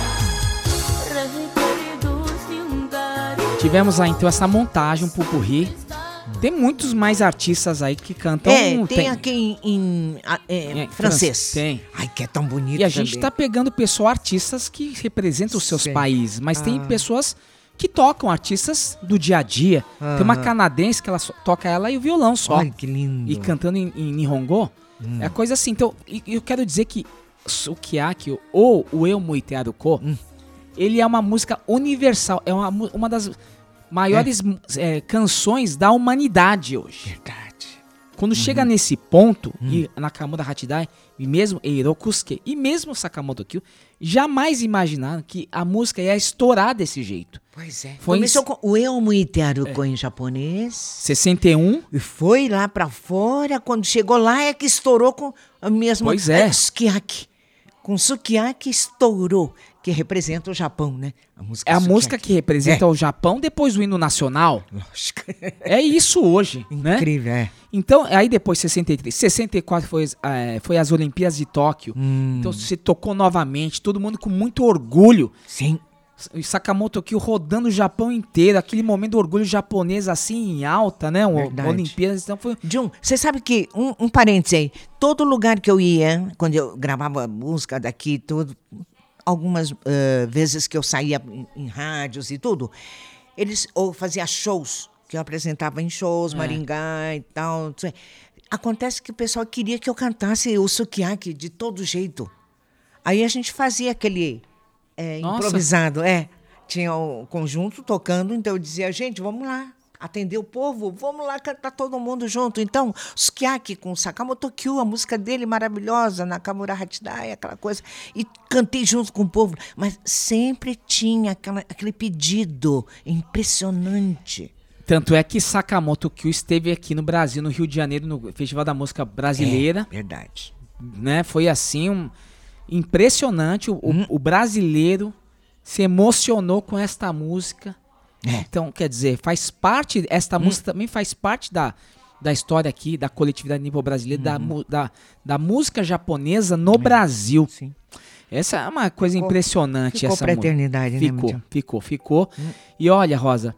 Recuerdos de un cariño. Tivemos aí então essa montagem, um pupurri. Tem muitos mais artistas aí que cantam. É, tem, aqui em, em, a- é, É, francês. Tem. Ai, que é tão bonito E a gente também. tá pegando pessoal, artistas que representam os seus Sim. países, mas tem Ah. pessoas que tocam, artistas do dia a dia. Tem uma Aham. canadense que ela só- toca ela e o violão só. Ai, que lindo. E cantando em, em Nihongo. Hum. É coisa assim. Então, e- eu quero dizer que Sukiyaki ou o Eu Muitearuko, Hum. ele é uma música universal. É uma, mu- uma das maiores é, canções da humanidade hoje. Verdade. Quando chega nesse ponto, e Nakamura Hachidai, e mesmo Eiro Kusuke, e mesmo Sakamoto Kyo, jamais imaginaram que a música ia estourar desse jeito. Pois é. Foi Começou em com o Eu Muitearuko em japonês. sessenta e um. E foi lá pra fora. Quando chegou lá é que estourou com a mesma... Pois é. Sukiyaki. Com Sukiyaki estourou. Que representa o Japão, né? A música É a Sukiyaki. música que representa É. o Japão depois do hino nacional. Lógico. É isso hoje, né? Incrível, é. Então, aí depois sessenta e três, sessenta e quatro foi, é, foi as Olimpíadas de Tóquio. Hum. Então se tocou novamente, todo mundo com muito orgulho. Sim. E Sakamoto Kyo rodando o Japão inteiro, aquele momento do orgulho japonês assim em alta, né? O, Verdade. Olimpíadas, então foi... Jun, você sabe que, um, um parênteses aí, todo lugar que eu ia, quando eu gravava música daqui, tudo, algumas eh, vezes que eu saía em, em rádios e tudo, eles, ou fazia shows, que eu apresentava em shows, É. Maringá e tal, não sei. Acontece que o pessoal queria que eu cantasse o Sukiyaki de todo jeito. Aí a gente fazia aquele eh, Nossa. improvisado, é. Tinha o conjunto tocando, então eu dizia, gente, vamos lá, atender o povo, vamos lá cantar todo mundo junto. Então, Sukiyaki com Sakamoto Kyo, a música dele maravilhosa, Nakamura Hachidai, aquela coisa, e cantei junto com o povo, mas sempre tinha aquela, aquele pedido impressionante. Tanto é que Sakamoto Kyo esteve aqui no Brasil, no Rio de Janeiro, no Festival da Música Brasileira. É, verdade. Né? Foi assim, um, impressionante. O, Hum. o brasileiro se emocionou com esta música. É. Então, quer dizer, faz parte, esta Hum. música também faz parte da, da história aqui, da coletividade nipo-brasileira, da, mu- da, da música japonesa no Brasil. Uhum. Sim. Essa é uma coisa Ficou- impressionante. ficou essa pra música. eternidade, né, Ficou, Mundial? ficou, ficou. E olha, Rosa,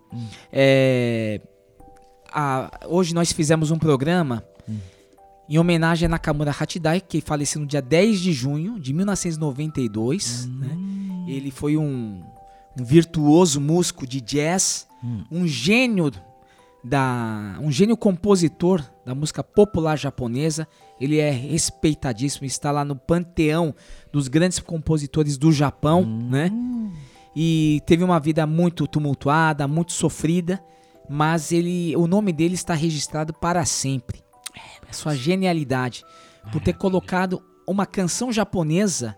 é, a- hoje nós fizemos um programa em homenagem a Nakamura Hachidai, que faleceu no dia dez de junho de mil novecentos e noventa e dois. Né? Ele foi um, um virtuoso músico de jazz, um gênio da, um gênio compositor da música popular japonesa. Ele é respeitadíssimo, está lá no panteão dos grandes compositores do Japão, né? E teve uma vida muito tumultuada, muito sofrida, mas ele, o nome dele está registrado para sempre. A sua genialidade por ter colocado uma canção japonesa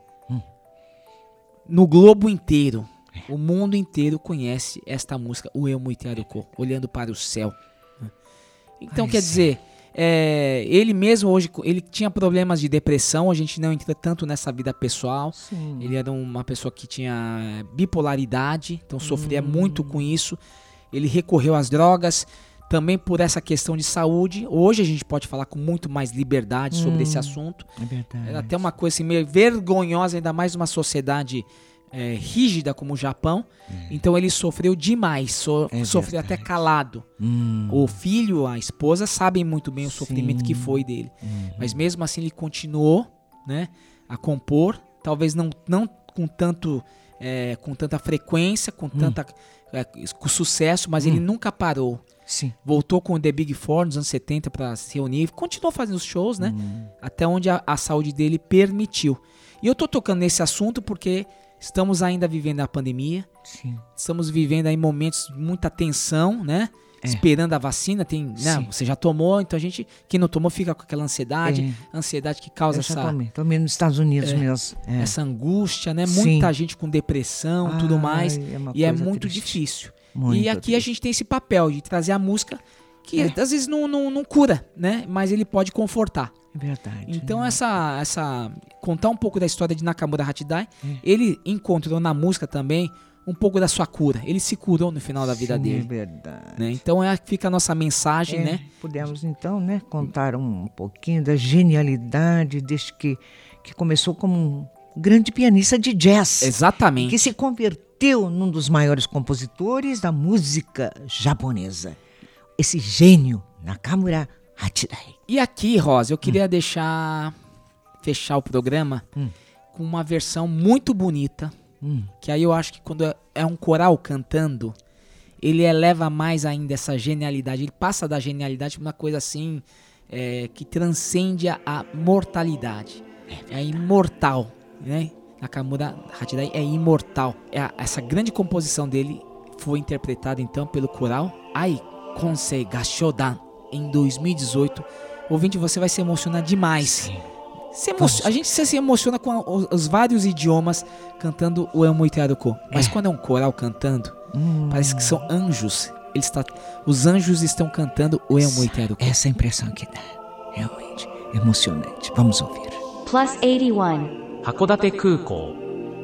no globo inteiro. O mundo inteiro conhece esta música, o Eu Muitearuko, Olhando para o Céu. Então, Ai, quer sim. dizer, é, ele mesmo hoje, ele tinha problemas de depressão, a gente não entra tanto nessa vida pessoal. Sim. Ele era uma pessoa que tinha bipolaridade, então sofria muito com isso. Ele recorreu às drogas, também por essa questão de saúde. Hoje a gente pode falar com muito mais liberdade sobre Hum, esse assunto. é verdade. Era até uma coisa assim, meio vergonhosa, ainda mais numa sociedade é, rígida como o Japão. Então ele sofreu demais, so- É sofreu até calado. Hum. O filho, a esposa sabem muito bem o sofrimento que foi dele. Mas mesmo assim ele continuou, né, a compor, talvez não, não com, tanto, é, com tanta frequência, com, tanta, é, com sucesso, mas ele nunca parou. Sim. Voltou com o The Big Four nos anos setenta para se reunir, continuou fazendo os shows, né? Até onde a, a saúde dele permitiu. E eu tô tocando nesse assunto porque estamos ainda vivendo a pandemia. Sim. Estamos vivendo aí momentos de muita tensão, né? É. Esperando a vacina, tem, né? Você já tomou, então a gente, quem não tomou, fica com aquela ansiedade, é. ansiedade que causa eu já essa... tomei, tomei nos Estados Unidos é, mesmo. É. Essa angústia, né? Sim. Muita gente com depressão, Ai, tudo mais, é e é muito triste. difícil. Muito e aqui triste. a gente tem esse papel de trazer a música, que É. às vezes não, não, não cura, né? Mas ele pode confortar. É verdade. Então né? essa, essa... Contar um pouco da história de Nakamura Hatidai, É. ele encontrou na música também um pouco da sua cura. Ele se curou no final da vida Sim, dele. É verdade. Né? Então é, fica a nossa mensagem, É, né? Pudemos então, né, contar um pouquinho da genialidade desde que, que começou como um grande pianista de jazz. Exatamente. Que se converteu num dos maiores compositores da música japonesa. Esse gênio, Nakamura Hatidai. E aqui, Rosa, eu queria hum. deixar... Fechar o programa hum. com uma versão muito bonita. Hum. Que aí eu acho que quando é um coral cantando, ele eleva mais ainda essa genialidade. Ele passa da genialidade para uma coisa assim, é, que transcende a, a mortalidade. É, é imortal, né? Nakamura Hatidai é imortal. É a, essa grande composição dele foi interpretada então pelo coral Ai Konsei Gashodan em dois mil e dezoito. Ouvinte, você vai se emocionar demais. Sim. Se emo... A gente se emociona com os, os vários idiomas cantando o Emo Itaruko. Mas é. quando é um coral cantando, hum. parece que são anjos. Eles tá... Os anjos estão cantando o Emo Itaruko. Essa é a impressão que dá. Realmente emocionante. Vamos ouvir. Plus oitenta e um. Hakodate Kukou.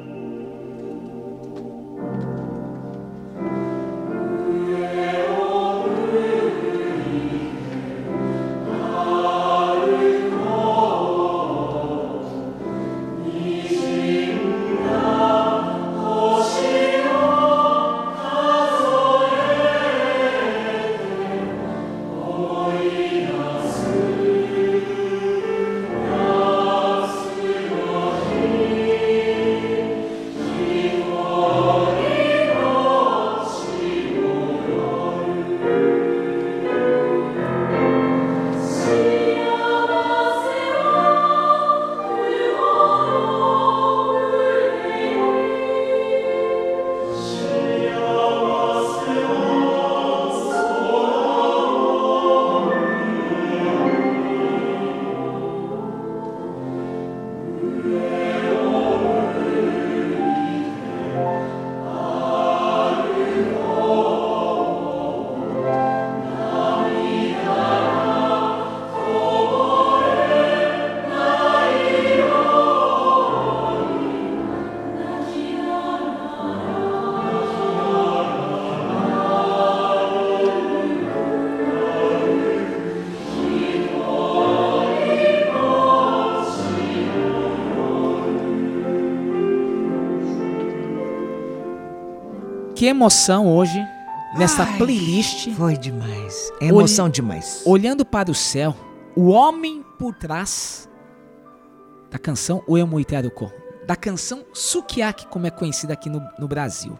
Que emoção hoje, nessa Ai, playlist. Foi demais. É emoção Olh... demais. Olhando para o céu, o homem por trás da canção O Emo Itaruko, da canção Sukiyaki, como é conhecida aqui no, no Brasil.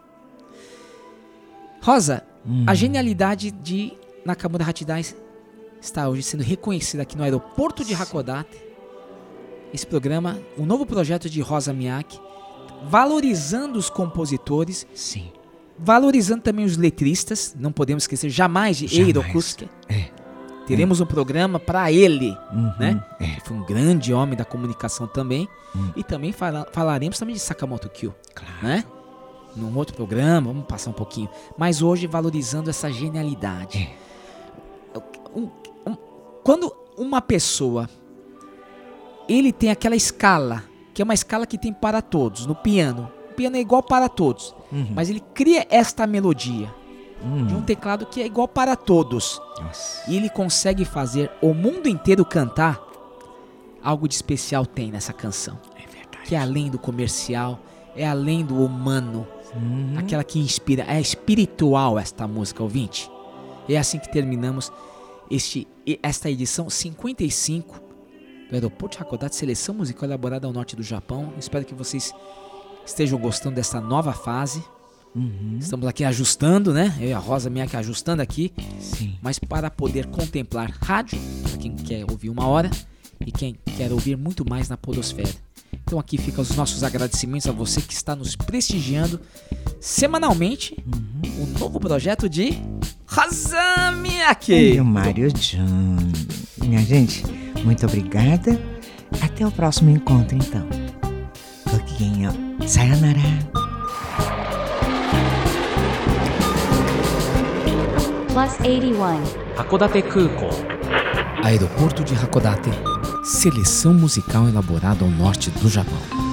Rosa, hum. a genialidade de Nakamura Hatidai está hoje sendo reconhecida aqui no aeroporto de Hakodate. Esse programa, um novo projeto de Rosa Miyake, valorizando os compositores. Sim. Valorizando também os letristas, não podemos esquecer jamais de Eiro Kusuke. É. Teremos é. um programa para ele, uhum, né? É. Que foi um grande homem da comunicação também. Hum. E também fala, falaremos também de Sakamoto Kyo, claro. né? Num outro programa, vamos passar um pouquinho. Mas hoje valorizando essa genialidade. É. Um, um, quando uma pessoa, ele tem aquela escala, que é uma escala que tem para todos, no piano. O piano é igual para todos. Uhum. Mas ele cria esta melodia uhum. de um teclado que é igual para todos. Nossa. E ele consegue fazer o mundo inteiro cantar. Algo de especial tem nessa canção. É verdade. Que é além do comercial, é além do humano. Uhum. Aquela que inspira, é espiritual esta música, ouvinte. E é assim que terminamos este, esta edição cinquenta e cinco do Aeroporto de Hakodate, seleção musical elaborada ao norte do Japão. Espero que vocês estejam gostando dessa nova fase. Uhum. Estamos aqui ajustando, né? Eu e a Rosa Miyake ajustando aqui. Sim. Mas para poder contemplar rádio, para quem quer ouvir uma hora e quem quer ouvir muito mais na podosfera. Então aqui ficam os nossos agradecimentos a você que está nos prestigiando semanalmente. Uhum. O novo projeto de Hazamiaki. E o Mário John. Minha gente, muito obrigada. Até o próximo encontro, então. Gokigenyo. Sayonara. Plus oitenta e um. Hakodate Kukou. Aeroporto de Hakodate. Seleção musical elaborada ao norte do Japão.